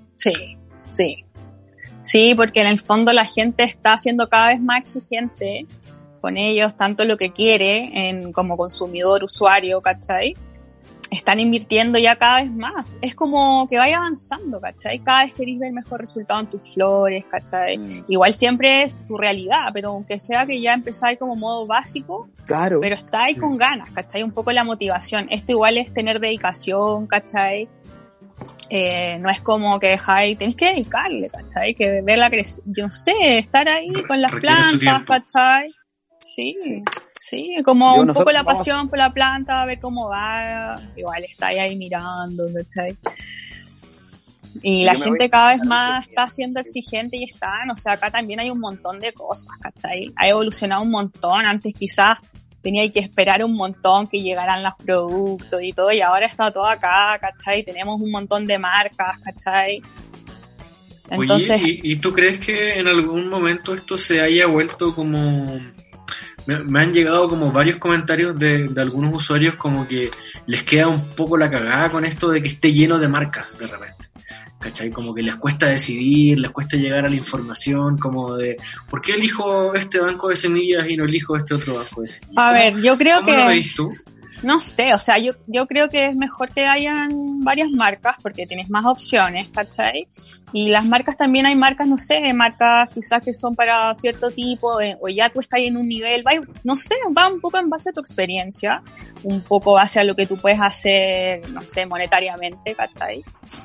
Sí, porque en el fondo la gente está siendo cada vez más exigente con ellos, tanto lo que quiere como consumidor, usuario, ¿cachai? están invirtiendo ya cada vez más. Es como que vaya avanzando, ¿cachai? Cada vez querés ver mejor resultado en tus flores, ¿cachai? Igual siempre es tu realidad, pero aunque sea que ya empezáis como modo básico, claro, pero está ahí con ganas, ¿cachai? Un poco la motivación. Esto igual es tener dedicación, ¿cachai? No es como que dejáis, tenéis que dedicarle, ¿cachai? Que verla crecer, yo no sé, estar ahí con las plantas, ¿cachai? Sí, como un poco la pasión por la planta, ver cómo va, igual está ahí mirando, ¿cachai? Y la gente cada vez más está siendo exigente y o sea, acá también hay un montón de cosas, ¿cachai? Ha evolucionado un montón, antes quizás tenía que esperar un montón que llegaran los productos y todo, y ahora está todo acá, ¿cachai? Tenemos un montón de marcas, ¿cachai? Entonces, oye, ¿y tú crees que en algún momento esto se haya vuelto como... Me han llegado como varios comentarios de algunos usuarios como que les queda un poco la cagada con esto de que esté lleno de marcas de repente, ¿cachai? Como que les cuesta decidir, les cuesta llegar a la información, como de ¿por qué elijo este banco de semillas y no elijo este otro banco de semillas? A ver, yo creo que... ¿Cómo lo veis tú? No sé, o sea, yo creo que es mejor que hayan varias marcas porque tienes más opciones, ¿cachai? Y las marcas también hay marcas, no sé, marcas quizás que son para cierto tipo, o ya tú estás en un nivel, no sé, va un poco en base a tu experiencia, un poco base a lo que tú puedes hacer, no sé, monetariamente, ¿cachai?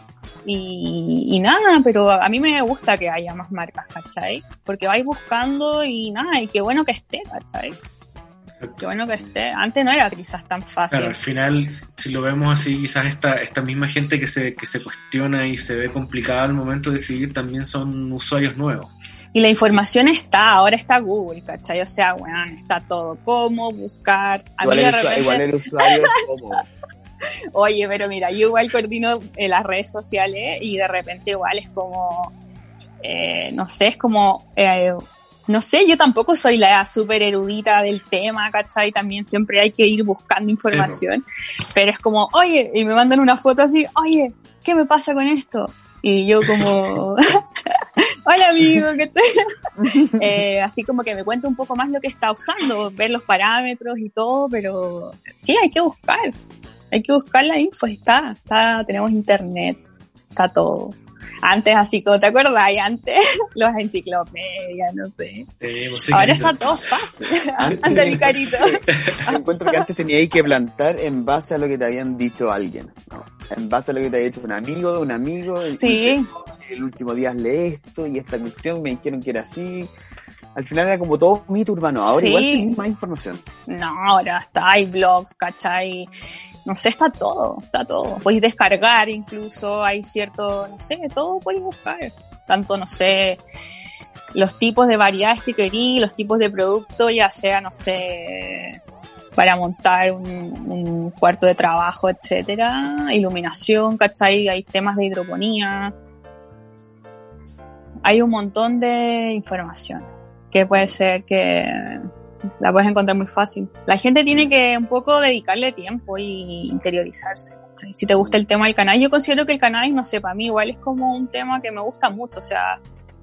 Y nada, pero a mí me gusta que haya más marcas, ¿cachai? Porque vais buscando y nada, y qué bueno que esté, ¿cachai? Qué bueno que esté. Antes no era quizás tan fácil. Claro, al final, si lo vemos así, quizás esta misma gente que se cuestiona y se ve complicada al momento de decidir también son usuarios nuevos. Y la información ahora está Google, ¿cachai? O sea, bueno, está todo. Cómo buscar. Igual el usuario es como... Oye, pero mira, yo igual coordino las redes sociales y de repente igual es como... no sé, es como... no sé, yo tampoco soy la súper erudita del tema, ¿cachai? También siempre hay que ir buscando información. Pero es como, oye, y me mandan una foto así, oye, ¿qué me pasa con esto? Y yo como, hola amigo, ¿cachai? Así como que me cuenta un poco más lo que está usando, ver los parámetros y todo, pero sí, hay que buscar la info, está, tenemos internet, está todo. Antes, así como te acuerdas, antes los enciclopedias, no sé. Sí, ahora está todo fácil. Anda el carito. Encuentro que antes tenías que plantar en base a lo que te habían dicho alguien, ¿no? En base a lo que te había dicho un amigo. Sí. El último día leí esto y esta cuestión me dijeron que era así. Al final era como todo mito urbano. Ahora sí. Igual tenés más información. No, ahora hay blogs, ¿cachai? No sé, está todo. Podéis descargar incluso, hay cierto, no sé, todo podéis buscar. Tanto, no sé, los tipos de variedades que querís, los tipos de productos, ya sea, no sé, para montar un cuarto de trabajo, etcétera, iluminación, ¿cachai? Hay temas de hidroponía. Hay un montón de información que puede ser que la puedes encontrar muy fácil. La gente tiene que un poco dedicarle tiempo y interiorizarse. ¿Sí? Si te gusta el tema del cannabis, yo considero que el cannabis, no sé, para mí igual es como un tema que me gusta mucho, o sea,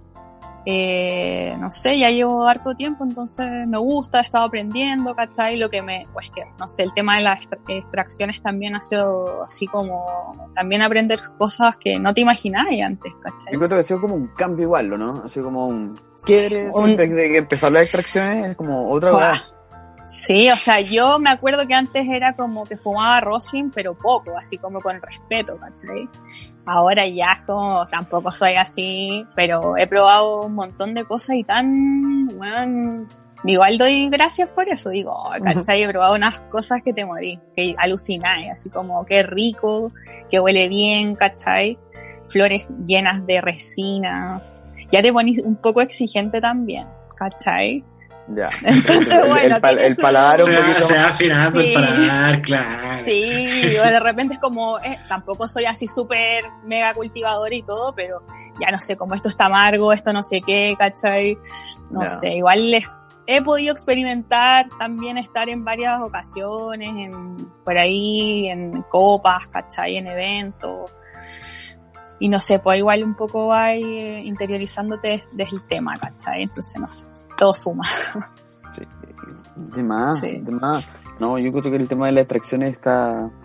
no sé, ya llevo harto tiempo, entonces me gusta, he estado aprendiendo, ¿cachai? Lo que pues que, no sé, el tema de las extracciones también ha sido así como, también aprender cosas que no te imaginabas antes, ¿cachai? Yo creo que ha sido como un cambio igual, ¿no? Ha sido como un quiebre, desde que empezaron las extracciones, es como otra cosa. Sí, o sea, yo me acuerdo que antes era como que fumaba rosin, pero poco, así como con respeto, ¿cachai? Ahora ya es como, tampoco soy así, pero he probado un montón de cosas y bueno, igual doy gracias por eso, digo, ¿cachai? He probado unas cosas que te morí, que alucináis, así como qué rico, que huele bien, ¿cachai? Flores llenas de resina, ya te ponís un poco exigente también, ¿cachai? Ya. Entonces, bueno, el paladar un poquito se va afinando el paladar, claro. Sí, de repente es como, tampoco soy así súper mega cultivadora y todo, pero ya no sé, como esto está amargo, esto no sé qué, ¿cachai? No sé, igual he podido experimentar también estar en varias ocasiones, por ahí, en copas, ¿cachai? En eventos. Y no sé, pues igual un poco vas interiorizándote desde el tema, ¿cachai? Entonces, no sé, todo suma. Sí, de más. No, yo creo que el tema de las extracciones está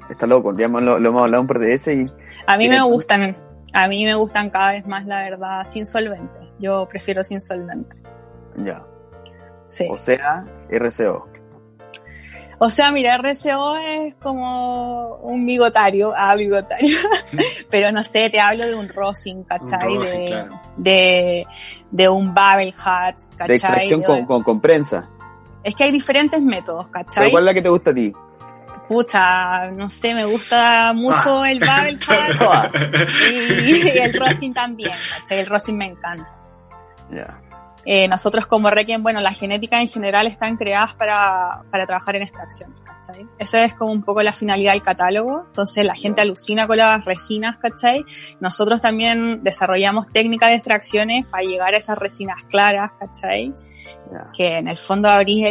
está loco, ya lo hemos hablado un par de veces y... A mí me gustan cada vez más, la verdad, sin solvente. Yo prefiero sin solvente. Ya. Sí. O sea, RCO. O sea, mira, RCO es como un bigotario, pero no sé, te hablo de un rosin, ¿cachai? Un rosin, claro. de un Babel Hat, ¿cachai? De extracción con prensa. Es que hay diferentes métodos, ¿cachai? ¿Pero cuál es la que te gusta a ti? Pucha, no sé, me gusta mucho el Babel Hat y el rosin también, ¿cachai? El rosin me encanta. Ya. Nosotros como Requiem, bueno, las genéticas en general están creadas para trabajar en extracción, ¿cachai? Esa es como un poco la finalidad del catálogo, entonces la gente alucina con las resinas, ¿cachai? Nosotros también desarrollamos técnicas de extracciones para llegar a esas resinas claras, ¿cachai? Que en el fondo abrís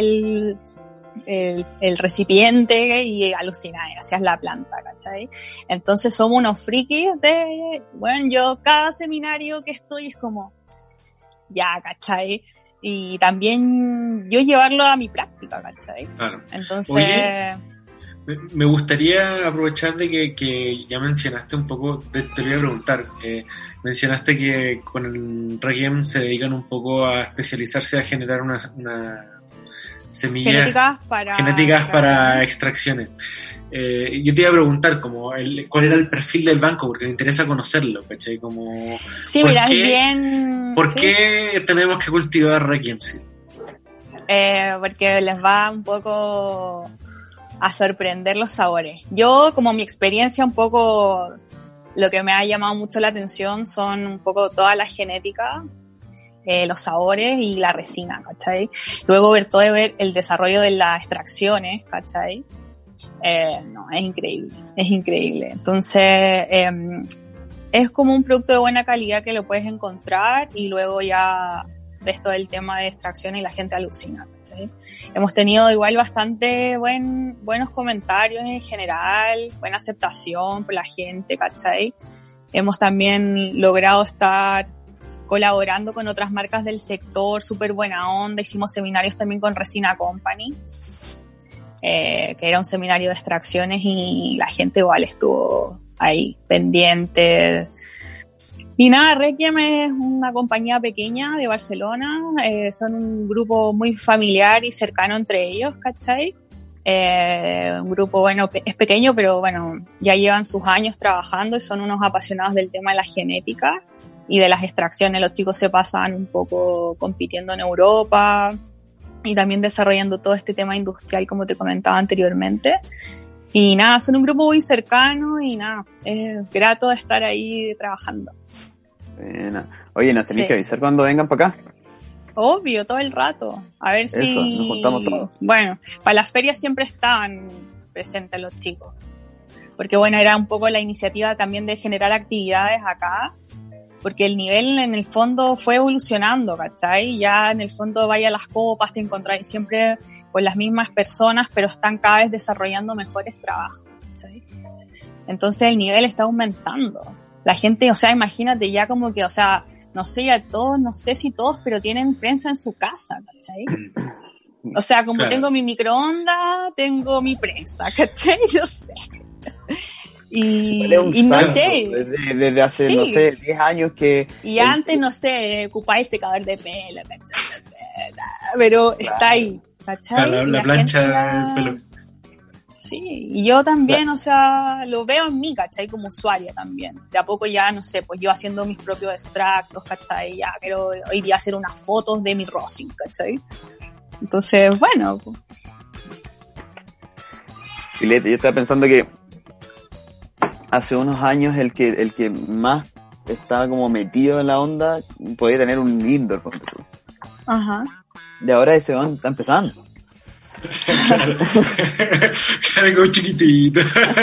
el recipiente y alucináis, hacías la planta, ¿cachai? Entonces somos unos frikis bueno, yo cada seminario que estoy es como... Ya, ¿cachai? Y también yo llevarlo a mi práctica, ¿cachai? Claro. Entonces... Oye, me gustaría aprovechar de que ya mencionaste un poco, te voy a preguntar, mencionaste que con el Requiem se dedican un poco a especializarse a generar una semilla... Genéticas para extracciones. Yo te iba a preguntar como cuál era el perfil del banco, porque me interesa conocerlo, ¿cachai? Como, sí, mira, es bien... ¿Por qué tenemos que cultivar Requiem? Sí. Porque les va un poco a sorprender los sabores. Yo, como mi experiencia, un poco lo que me ha llamado mucho la atención son un poco todas las genéticas, los sabores y la resina, ¿cachai? Luego ver el desarrollo de las extracciones, ¿cachai? No, es increíble. Entonces, es como un producto de buena calidad que lo puedes encontrar y luego ya ves todo el tema de extracción y la gente alucina, ¿cachai? Hemos tenido igual bastante buenos comentarios en general, buena aceptación por la gente, ¿cachai? Hemos también logrado estar colaborando con otras marcas del sector, súper buena onda, hicimos seminarios también con Resina Company, que era un seminario de extracciones y la gente igual estuvo ahí pendiente. Y nada, Requiem es una compañía pequeña de Barcelona, son un grupo muy familiar y cercano entre ellos, ¿cachai? Un grupo, bueno, es pequeño, pero bueno, ya llevan sus años trabajando y son unos apasionados del tema de la genética y de las extracciones. Los chicos se pasan un poco compitiendo en Europa y también desarrollando todo este tema industrial, como te comentaba anteriormente. Y nada, son un grupo muy cercano y nada, es grato estar ahí trabajando. Oye, nos tenéis que avisar cuando vengan para acá. Obvio, todo el rato. A ver si... Eso, nos juntamos todos. Bueno, para las ferias siempre estaban presentes los chicos. Porque bueno, era un poco la iniciativa también de generar actividades acá. Porque el nivel en el fondo fue evolucionando, ¿cachai? Ya en el fondo vaya a las copas, te encontráis siempre con las mismas personas, pero están cada vez desarrollando mejores trabajos, ¿cachai? Entonces el nivel está aumentando. La gente, o sea, imagínate ya como que, o sea, no sé, ya todos, no sé si todos, pero tienen prensa en su casa, ¿cachai? O sea, como claro. Tengo mi microondas, tengo mi prensa, ¿cachai? No sé. Y no sé. Desde hace, sí. No sé, 10 años que... Y antes, no sé, ocupáis secador de pelo, ¿cachai? No sé, pero claro. Está ahí, ¿cachai? Claro, la plancha del pelo. Sí, y yo también, o sea, lo veo en mí, ¿cachai? Como usuaria también. De a poco ya, no sé, pues yo haciendo mis propios extractos, ¿cachai? Ya quiero hoy día hacer unas fotos de mi rosin, ¿cachai? Entonces, bueno. Filete, yo estaba pensando que hace unos años el que más estaba como metido en la onda podía tener un indoor, por ejemplo. Ajá. Y ahora ese on está empezando. Claro, como chiquitito.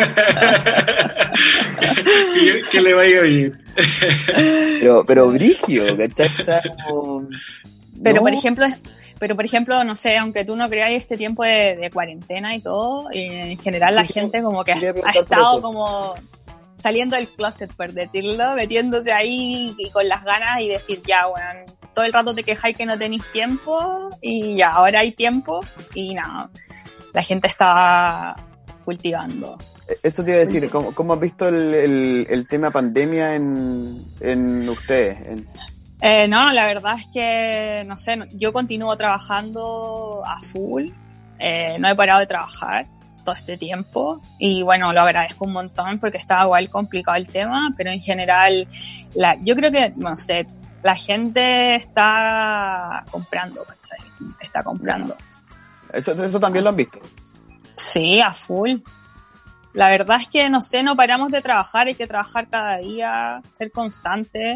que le vaya bien. Pero brígido, ¿cachai? Como... Pero no. por ejemplo, no sé, aunque tú no creas este tiempo de cuarentena y todo, en general la gente como que ha estado como saliendo del closet, por decirlo, metiéndose ahí y con las ganas y decir, ya, bueno, todo el rato te quejáis que no tenéis tiempo y ya, ahora hay tiempo y nada, la gente está cultivando. Eso te iba a decir, ¿cómo has visto el tema pandemia en ustedes? No, la verdad es que, no sé, yo continúo trabajando a full, no he parado de trabajar todo este tiempo y bueno, lo agradezco un montón porque estaba igual complicado el tema, pero en general, yo creo que, no sé, la gente está comprando, ¿cachai? Está comprando. ¿Eso también lo han visto? Sí, a full. La verdad es que, no sé, no paramos de trabajar, hay que trabajar cada día, ser constante.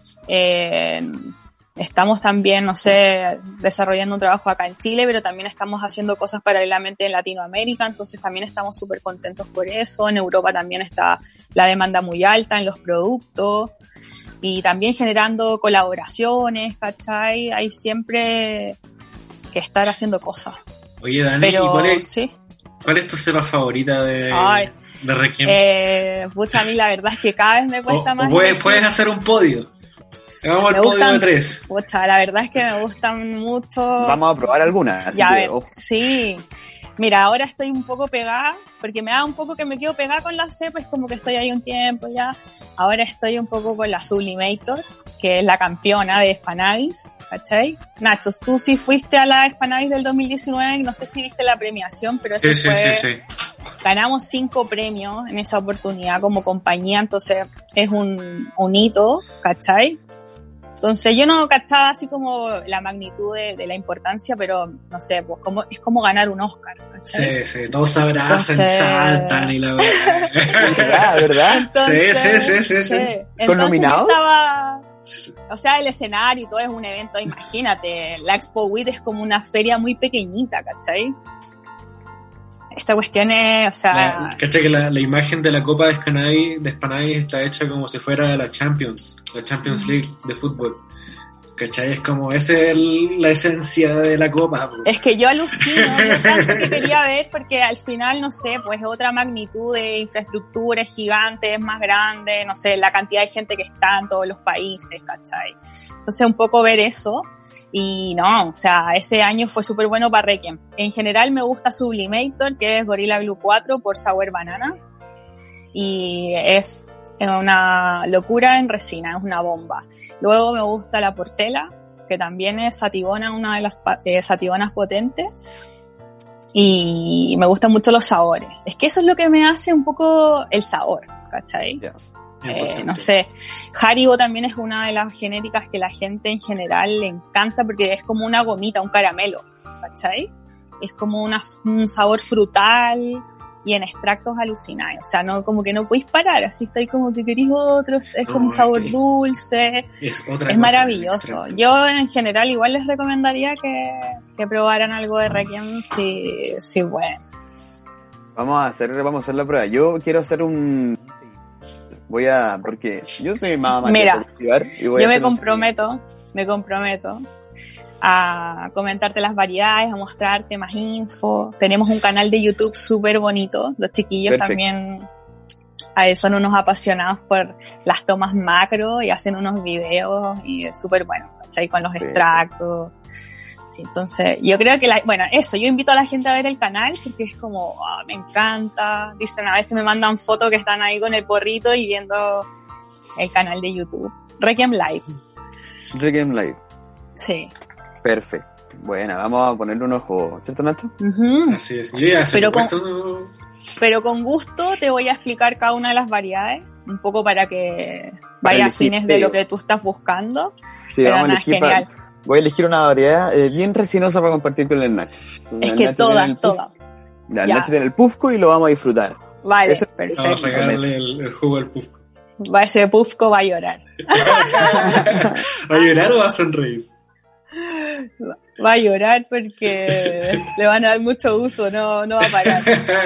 Estamos también, no sé, desarrollando un trabajo acá en Chile, pero también estamos haciendo cosas paralelamente en Latinoamérica, entonces también estamos súper contentos por eso. En Europa también está la demanda muy alta en los productos y también generando colaboraciones, ¿cachai? Hay siempre que estar haciendo cosas. Oye, Dani, pero, ¿y cuál es tu cepa favorita de Requiem? Pucha, a mí la verdad es que cada vez me cuesta más. Puedes hacer un podio. Hagamos el podio de 3. Pucha, la verdad es que me gustan mucho. Vamos a probar algunas. Ya, a ver, sí. Mira, ahora estoy un poco pegada, porque me da un poco que me quedo pegada con la cepa, es como que estoy ahí un tiempo ya. Ahora estoy un poco con la Sublimator, que es la campeona de Spanavis, ¿cachai? Nacho, tú sí fuiste a la Spanavis del 2019, no sé si viste la premiación, pero eso sí. Ganamos 5 premios en esa oportunidad como compañía, entonces es un hito, ¿cachai? Entonces yo no captaba así como la magnitud de la importancia, pero no sé, pues es como ganar un Oscar, ¿cachai? Sí, todos se abrazan, saltan y la verdad. ¿Verdad? Entonces, sí. ¿Con nominados? O sea, el escenario y todo es un evento, imagínate, la Expo WIT es como una feria muy pequeñita, ¿cachai? Esta cuestión es, o sea... ¿Cachai? Que la imagen de la Copa de Spanavis está hecha como si fuera la Champions League de fútbol. ¿Cachai? Es como, esa es la esencia de la Copa. Es que yo alucino, yo tanto que quería ver, porque al final, no sé, pues otra magnitud de infraestructura, es gigante, es más grande, no sé, la cantidad de gente que está en todos los países, ¿cachai? Entonces un poco ver eso. Y no, o sea, ese año fue súper bueno para Requiem. En general me gusta Sublimator, que es Gorilla Glue 4 por Sour Banana. Y es una locura en resina, es una bomba. Luego me gusta la Portela, que también es sativona, una de las sativonas potentes. Y me gustan mucho los sabores. Es que eso es lo que me hace un poco el sabor, ¿cachai? Yeah. No sé, Haribo también es una de las genéticas que la gente en general le encanta porque es como una gomita, un caramelo, ¿cachai? Es como un sabor frutal y en extractos alucinantes, o sea, no, como que no podéis parar, así estáis como que queréis otro, es como un sabor dulce, es maravilloso. Yo en general igual les recomendaría que probaran algo de Requiem si bueno. Vamos a hacer la prueba. Yo quiero hacer porque yo soy más mira, yo me comprometo a comentarte las variedades, a mostrarte más info. Tenemos un canal de YouTube súper bonito, los chiquillos también son unos apasionados por las tomas macro y hacen unos videos y es súper bueno, ¿cachai? Con los extractos. Sí, entonces, yo creo que yo invito a la gente a ver el canal porque es como, me encanta. Dicen, a veces me mandan fotos que están ahí con el porrito y viendo el canal de YouTube. Requiem Live. Sí. Perfecto. Bueno, vamos a ponerle un ojo, ¿cierto, Nacho? Uh-huh. Así es. Pero con gusto te voy a explicar cada una de las variedades, un poco para que vaya a fines de lo que tú estás buscando. Sí, pero vamos a elegir genial. Voy a elegir una variedad bien resinosa para compartir con el Nacho. Es que todas. El Nacho tiene el Pufco y lo vamos a disfrutar. Vale, perfecto. Vamos a sacarle el jugo al Pufco. Ese Pufco va a llorar. ¿Va a llorar o va a sonreír? Va a llorar porque le van a dar mucho uso, no va a parar.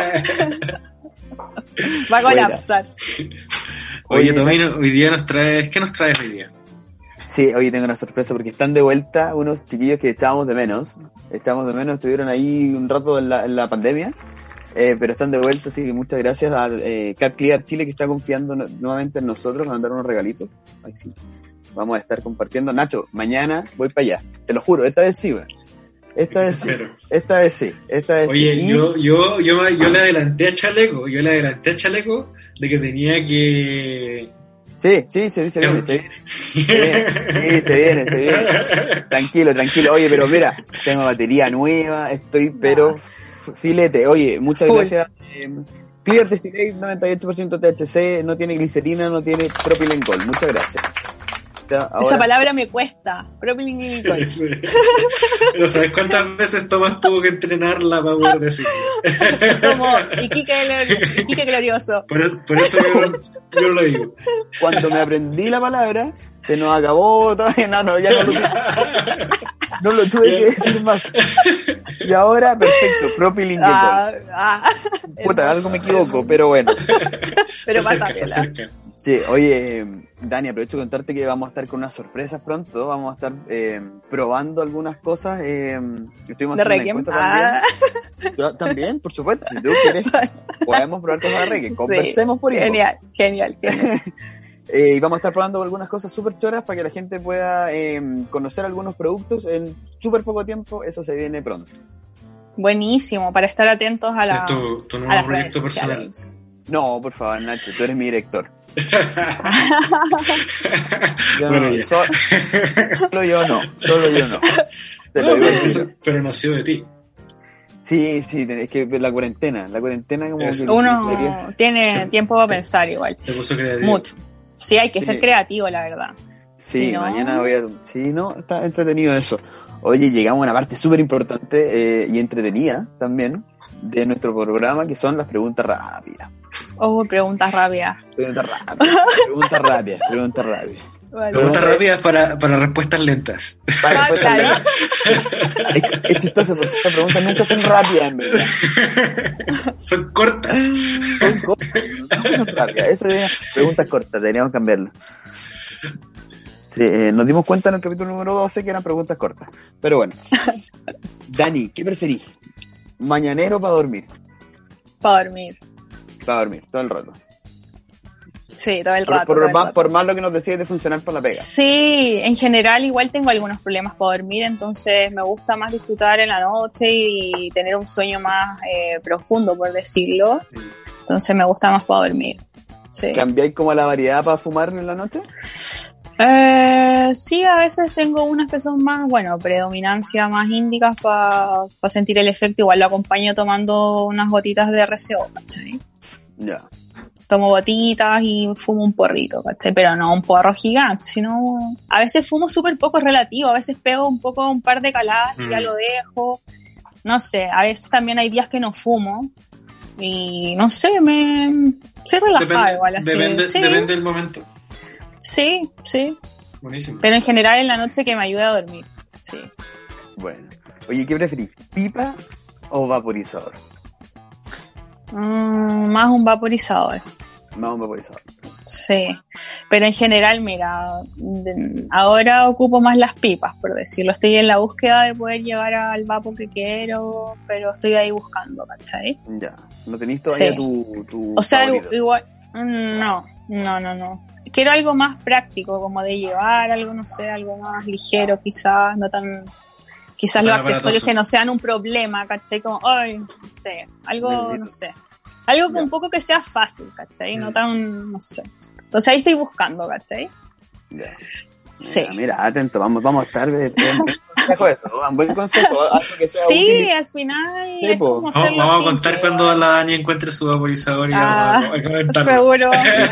Va a colapsar. Oye, Tomino, hoy día ¿qué nos traes hoy día? Sí, hoy tengo una sorpresa porque están de vuelta unos chiquillos que echábamos de menos, estuvieron ahí un rato en la pandemia, pero están de vuelta, así que muchas gracias a Cat Clear Chile que está confiando nuevamente en nosotros, mandar unos regalitos. Sí. Vamos a estar compartiendo. Nacho, mañana voy para allá, te lo juro, esta vez sí, güey. Esta vez sí. Oye, sí. yo le adelanté a Chaleco de que tenía que... Sí, se viene. Tranquilo. Oye, pero mira, tengo batería nueva, estoy pero filete. Oye, muchas gracias. Clear Distillate, 98% THC, no tiene glicerina, no tiene propilengol. Muchas gracias. Ahora... Esa palabra me cuesta, propilengol. Sí. Pero ¿sabes cuántas veces Tomás tuvo que entrenarla para poder decirlo? Como Iquique glorioso. Por eso yo lo digo. Cuando me aprendí la palabra, se nos acabó todavía. Ya no lo tuve que decir más. Y ahora, perfecto, propilengol. Puta, algo me equivoco, pero bueno. Pero se acerca. Sí, oye, Dani, aprovecho de contarte que vamos a estar con unas sorpresas pronto. Vamos a estar probando algunas cosas. Estuvimos de Requiem. Yo también, por supuesto. Si tú quieres, podemos probar cosas de Requiem. Conversemos por inbox. Genial. Y vamos a estar probando algunas cosas súper choras para que la gente pueda conocer algunos productos en súper poco tiempo. Eso se viene pronto. Buenísimo, para estar atentos a tu nuevo a las proyecto redes personal. sociales. No, por favor, Nacho, tú eres mi director. Solo yo no. Te lo digo, pero nació de ti. Sí, es que la cuarentena como que uno tiene tiempo para pensar igual. Te puso creativo. Mucho. Sí, hay que ser creativo, la verdad. Sí, si no... mañana voy a... Sí, no, está entretenido eso. Oye, llegamos a una parte súper importante y entretenida también de nuestro programa, que son las preguntas rápidas. Preguntas rápidas. Preguntas rápidas. Vale. Preguntas rápidas para respuestas lentas. Claro. Es chistoso porque estas preguntas nunca son rápidas, en verdad. Son cortas. No son rápidas. Eso es preguntas cortas, deberíamos cambiarlo. Sí, nos dimos cuenta en el capítulo número 12 que eran preguntas cortas. Pero bueno. Dani, ¿qué preferís? ¿Mañanero para dormir? Para dormir, todo el rato. Sí, todo el rato. Por más lo que nos decías de funcionar por la pega. Sí, en general igual tengo algunos problemas para dormir, entonces me gusta más disfrutar en la noche y tener un sueño más profundo, por decirlo. Entonces me gusta más para dormir. Sí. ¿Cambiáis como la variedad para fumar en la noche? Sí, a veces tengo unas que son más, predominancia más índicas para sentir el efecto. Igual lo acompaño tomando unas gotitas de RCO, ¿cachai? Ya. Tomo gotitas y fumo un porrito, ¿cachai? Pero no un porro gigante, sino... A veces fumo súper poco, es relativo. A veces pego un par de caladas y ya lo dejo. No sé, a veces también hay días que no fumo. Y no sé, soy relajada igual así. Depende del momento. Sí. Buenísimo. Pero en general en la noche que me ayuda a dormir. Sí. Bueno. Oye, ¿qué preferís? ¿Pipa o vaporizador? Más un vaporizador. Sí. Pero en general, mira, ahora ocupo más las pipas, por decirlo. Estoy en la búsqueda de poder llegar al vapo que quiero, pero estoy ahí buscando, ¿cachai? Ya. ¿No tenés todavía tu o sea, favorito? Igual... No. Quiero algo más práctico, como de llevar algo, no sé, algo más ligero quizás, no tan... Quizás los accesorios que no sean un problema, ¿cachai? Como, no sé, algo, no sé. Algo con un poco que sea fácil, ¿cachai? No tan, no sé. Entonces ahí estoy buscando, ¿cachai? Ya. Sí. Mira, atento, vamos a estar... buen consejo, algo que sea útil. Al final sí, es como vamos a contar cuando la Dani encuentre su vaporizador y vamos a comentarlo. Seguro.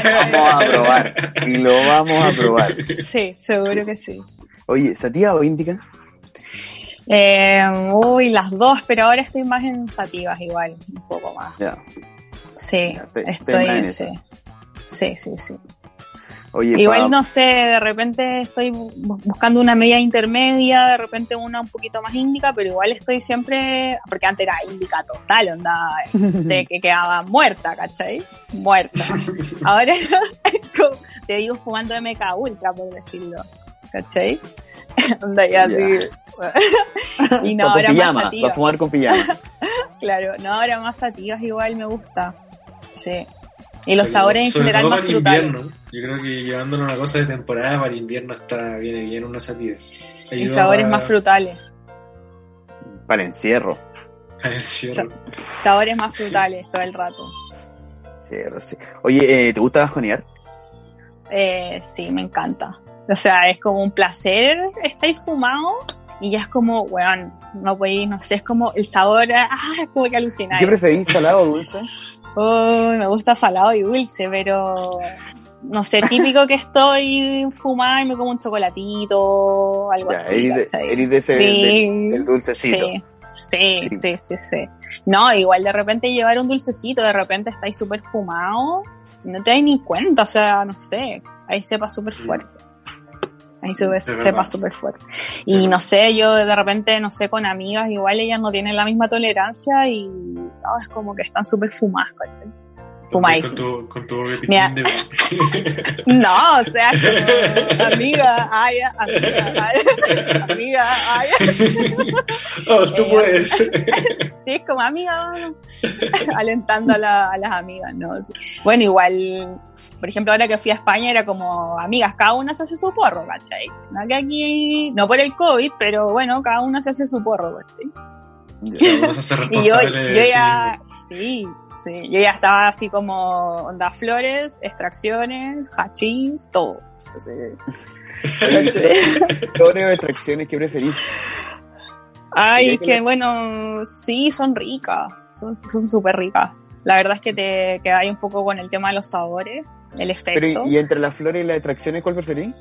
Lo vamos a probar. Sí, seguro que sí. Oye, ¿sativa o índica? Las dos, pero ahora estoy más en sativas igual, un poco más. Ya. Sí, estoy en sí. Oye, igual no sé, de repente estoy buscando una media intermedia, de repente una un poquito más índica, pero igual estoy siempre, porque antes era índica total, onda, sé que quedaba muerta, ¿cachai? Muerta. Ahora te digo fumando MK Ultra, por decirlo, ¿cachai? Onda ya así. Y no, ahora pijama, más sativas. Va a fumar con pijama. Claro, no, ahora más sativas igual me gusta. Sí. Y los sabores en general más frutales. Invierno. Yo creo que llevándolo una cosa de temporada para el invierno viene bien una sativa. Y sabores más frutales. Para el encierro. Sabores más frutales todo el rato. Cierro, sí. Oye, ¿te gusta bajonear? Sí, me encanta. O sea, es como un placer estar fumado y ya es como, weón, no podéis, no sé, es como el sabor, es como que alucináis. ¿Qué preferís, salado o dulce? Me gusta salado y dulce, pero no sé, típico que estoy fumada y me como un chocolatito, algo ya, así. Eres de ese, del dulcecito. Sí. No, igual de repente llevar un dulcecito, de repente estáis súper fumado, no te das ni cuenta, o sea, no sé, ahí sepa súper fuerte. Ahí sepa súper fuerte. Y no sé, yo de repente, no sé, con amigas, igual ellas no tienen la misma tolerancia y es como que están súper fumadas, ¿cachai? Fumadísimas. Con tu repitín de... No, o sea, como amiga. Oh, tú puedes. Sí, es como amiga, alentando a las amigas, ¿no? Sí. Bueno, igual, por ejemplo, ahora que fui a España era como, amigas, cada una se hace su porro, ¿cachai? No que aquí, no por el COVID, pero bueno, cada una se hace su porro, ¿cachai? Y yo ya, sí, yo ya estaba así como onda flores, extracciones, hachís, todo. Flores o extracciones, ¿qué preferís? Ay, que bueno, sí, son ricas, son súper ricas. La verdad es que te quedas un poco con el tema de los sabores, el efecto. Pero, ¿y entre las flores y las extracciones cuál preferís?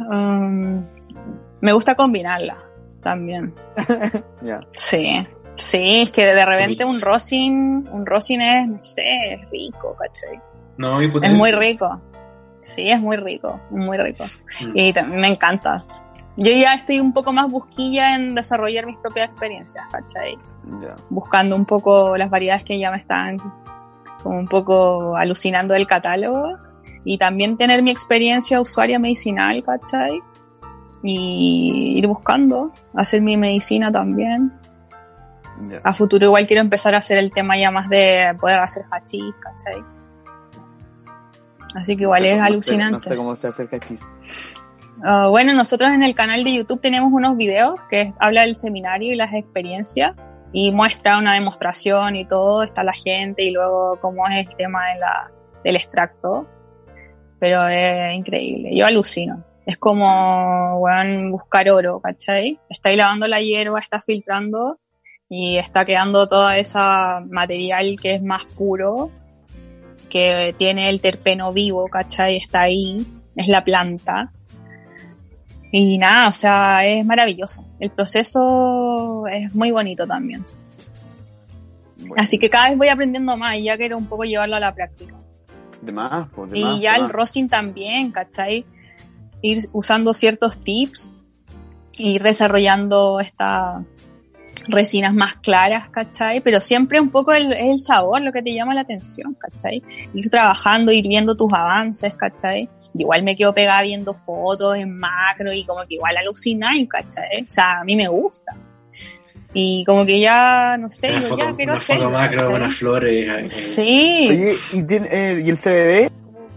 Me gusta combinarlas también. Ya. Sí, es que de repente un rosin es, no sé, es rico, ¿cachai? No, y es muy rico. Sí, es muy rico. Y me encanta. Yo ya estoy un poco más busquilla en desarrollar mis propias experiencias, ¿cachai? Yeah. Buscando un poco las variedades que ya me están como un poco alucinando del catálogo y también tener mi experiencia usuaria medicinal, ¿cachai? Y ir buscando, hacer mi medicina también. Yeah. A futuro igual quiero empezar a hacer el tema ya más de poder hacer hachís, ¿cachai? Así que igual es alucinante. No sé cómo se hace el hachís. Bueno, nosotros en el canal de YouTube tenemos unos videos que habla del seminario y las experiencias y muestra una demostración y todo, está la gente y luego cómo es el tema del extracto, pero es increíble, yo alucino. Es como, bueno, buscar oro, ¿cachai? Está ahí lavando la hierba, está filtrando y está quedando toda esa material que es más puro, que tiene el terpeno vivo, ¿cachai? Está ahí, es la planta. Y nada, o sea, es maravilloso. El proceso es muy bonito también. Bueno. Así que cada vez voy aprendiendo más y ya quiero un poco llevarlo a la práctica. Y ya el rosin también, ¿cachai? Ir usando ciertos tips, ir desarrollando estas resinas más claras, ¿cachai? Pero siempre un poco es el sabor lo que te llama la atención, ¿cachai? Ir trabajando, ir viendo tus avances, ¿cachai? Igual me quedo pegada viendo fotos en macro y como que igual alucináis, ¿cachai? O sea, a mí me gusta. Y como que ya, no sé, una yo foto, ya quiero una hacer. Foto macro, unas flores. Sí. Oye, ¿y el CBD?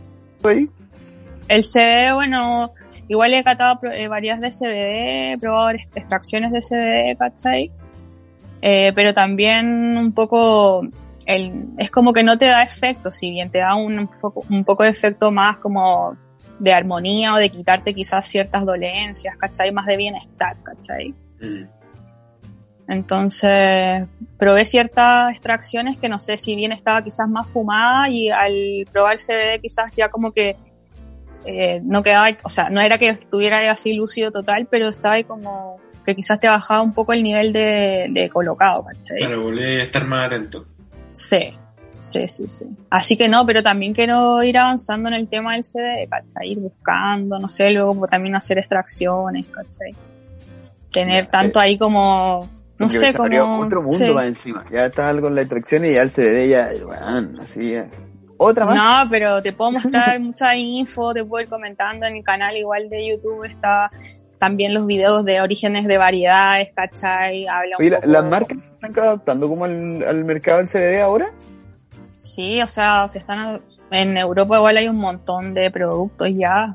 El CBD, bueno, igual he catado varias de CBD, he probado extracciones de CBD, ¿cachai? Pero también un poco es como que no te da efecto, si bien te da un poco de efecto más como de armonía o de quitarte quizás ciertas dolencias, ¿cachai? Más de bienestar, ¿cachai? Entonces probé ciertas extracciones que no sé si bien estaba quizás más fumada y al probar CBD quizás ya como que no quedaba, o sea, no era que estuviera así lúcido total, pero estaba ahí como que quizás te bajaba un poco el nivel de colocado, ¿cachai? Claro, volví a estar más atento. Sí. Así que no, pero también quiero ir avanzando en el tema del CBD, ¿cachai? Ir buscando, no sé, luego también hacer extracciones, ¿cachai? Tener tanto ahí como, no sé, como... Otro mundo va encima, ya está algo con la extracción y ya el CBD ya, bueno, así ya. ¿Otra más? No, pero te puedo mostrar mucha info, te puedo ir comentando en mi canal igual de YouTube, está también los videos de orígenes de variedades, ¿cachai? Habla un poco... ¿Las marcas se están adaptando como al mercado del CBD ahora? Sí, o sea, en Europa igual hay un montón de productos ya.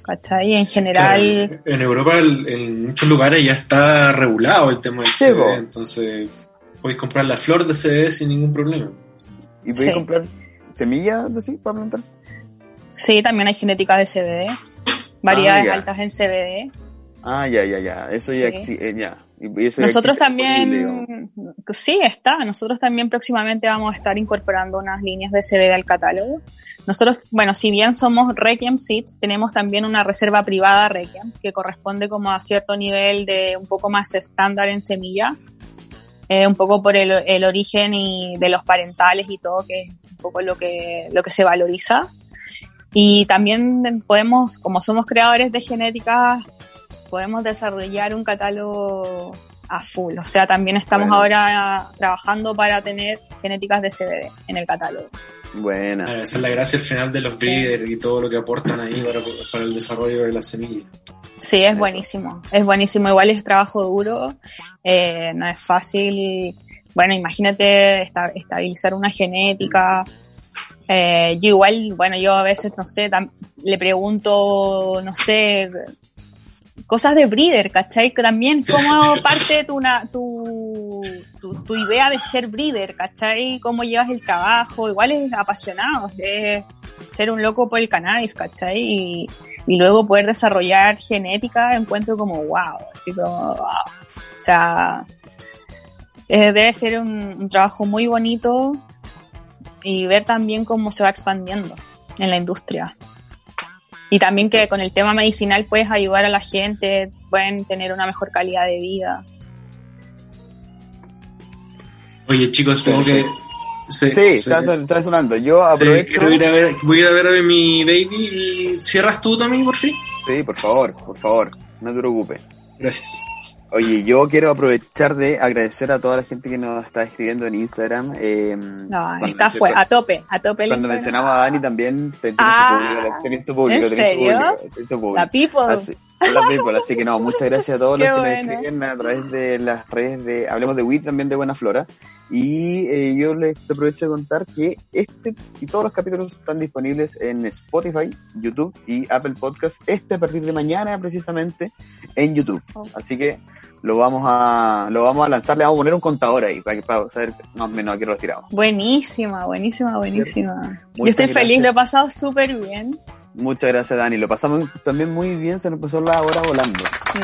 ¿cachai? En general... Claro, en Europa, en muchos lugares ya está regulado el tema del CBD, entonces podéis comprar la flor de CBD sin ningún problema. ¿Y podéis comprar semillas así para plantar? Sí, también hay genética de CBD, variedades altas en CBD. Ya, eso ya existe, ya. Y eso nosotros ya también, sí, nosotros también próximamente vamos a estar incorporando unas líneas de CBD al catálogo. Nosotros, bueno, si bien somos Requiem Seeds, tenemos también una reserva privada Requiem, que corresponde como a cierto nivel de un poco más estándar en semilla, un poco por el origen y de los parentales y todo, que es un poco lo que se valoriza. Y también podemos, como somos creadores de genética, podemos desarrollar un catálogo a full. O sea, también estamos ahora trabajando para tener genéticas de CBD en el catálogo. Buena. Esa es la gracia al final de los breeders y todo lo que aportan ahí para el desarrollo de las semillas. Sí, es buenísimo. Es buenísimo. Igual es trabajo duro. No es fácil. Bueno, imagínate estabilizar una genética. Yo igual, bueno, yo a veces, no sé, le pregunto, no sé, cosas de breeder, ¿cachai? Que también cómo parte tu idea de ser breeder, ¿cachai? Cómo llevas el trabajo, igual es apasionado, es ser un loco por el cannabis, ¿cachai? Y luego poder desarrollar genética, encuentro como wow, así como wow. O sea, debe ser un trabajo muy bonito y ver también cómo se va expandiendo en la industria. Y también que con el tema medicinal puedes ayudar a la gente, pueden tener una mejor calidad de vida. Oye, chicos, tengo que... Está sonando. Yo aprovecho... Voy a ir a ver a mi baby y... ¿Cierras tú también, por fin? Sí, por favor, no te preocupes. Gracias. Oye, yo quiero aprovechar de agradecer a toda la gente que nos está escribiendo en Instagram. A tope. Cuando mencionamos a Dani también, tenés tu público. ¿En serio? La people. Así que no, muchas gracias a todos los que nos escriben a través de las redes de Hablemos de Weed, también de Buena Flora. Y yo les aprovecho de contar que este y todos los capítulos están disponibles en Spotify, YouTube y Apple Podcast. A partir de mañana precisamente en YouTube. Así que lo vamos a lanzar, le vamos a poner un contador ahí para saber más o menos a qué lo tiramos. Buenísima. Yo estoy feliz, lo he pasado súper bien. Muchas gracias, Dani. Lo pasamos también muy bien, se nos pasó la hora volando.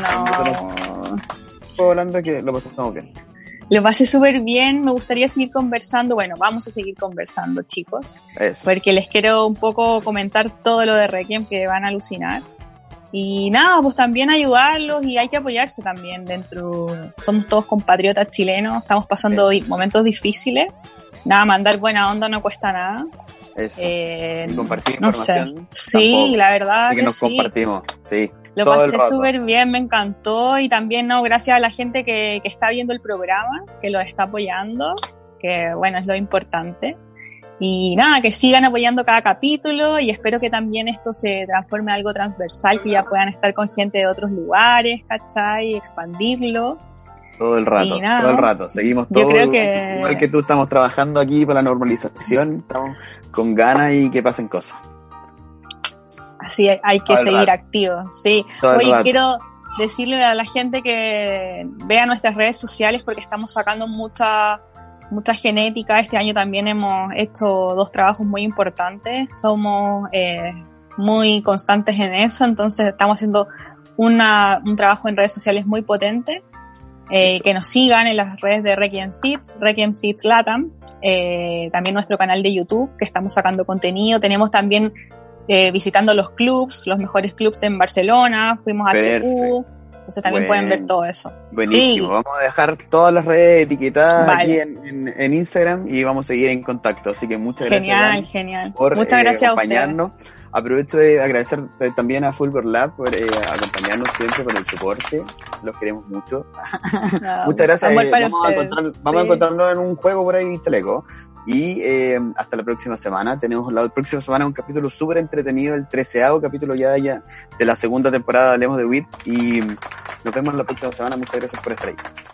Fue volando que lo pasamos bien. Lo pasé súper bien, me gustaría seguir conversando. Bueno, vamos a seguir conversando, chicos. Eso. Porque les quiero un poco comentar todo lo de Requiem, que van a alucinar. Y nada, pues también ayudarlos y hay que apoyarse también dentro. Somos todos compatriotas chilenos, estamos pasando momentos difíciles. Nada, mandar buena onda no cuesta nada. Eso. Y compartir no información. Sé. Sí, tampoco. la verdad. Así que nos compartimos, sí. Lo pasé súper bien, me encantó. Y también, gracias a la gente que está viendo el programa, que lo está apoyando, que bueno, es lo importante. Y nada, que sigan apoyando cada capítulo y espero que también esto se transforme en algo transversal, que ya puedan estar con gente de otros lugares, ¿cachai? Y expandirlo. Todo el rato. Seguimos todos, igual que tú, estamos trabajando aquí para la normalización, estamos con ganas y que pasen cosas. Así hay que seguir activos, sí. Oye, quiero decirle a la gente que vea nuestras redes sociales porque estamos sacando mucha genética. Este año también hemos hecho 2 trabajos muy importantes. Somos muy constantes en eso, entonces estamos haciendo un trabajo en redes sociales muy potente. Que nos sigan en las redes de Requiem Seeds Latam, también nuestro canal de YouTube, que estamos sacando contenido. Tenemos también visitando los clubs, los mejores clubs en Barcelona, fuimos a HQ, entonces también pueden ver todo eso. Buenísimo, sí. Vamos a dejar todas las redes etiquetadas aquí en Instagram y vamos a seguir en contacto, así que muchas gracias. Genial. Por muchas gracias acompañarnos. Aprovecho de agradecer también a Fulgor Lab por acompañarnos siempre con el soporte, los queremos mucho. Muchas gracias. Vamos a encontrarnos en un juego por ahí, Teleco. Y hasta la próxima semana. Tenemos la próxima semana un capítulo súper entretenido, el 13º capítulo ya de la segunda temporada de Hablemos de Weed. Y nos vemos la próxima semana. Muchas gracias por estar ahí.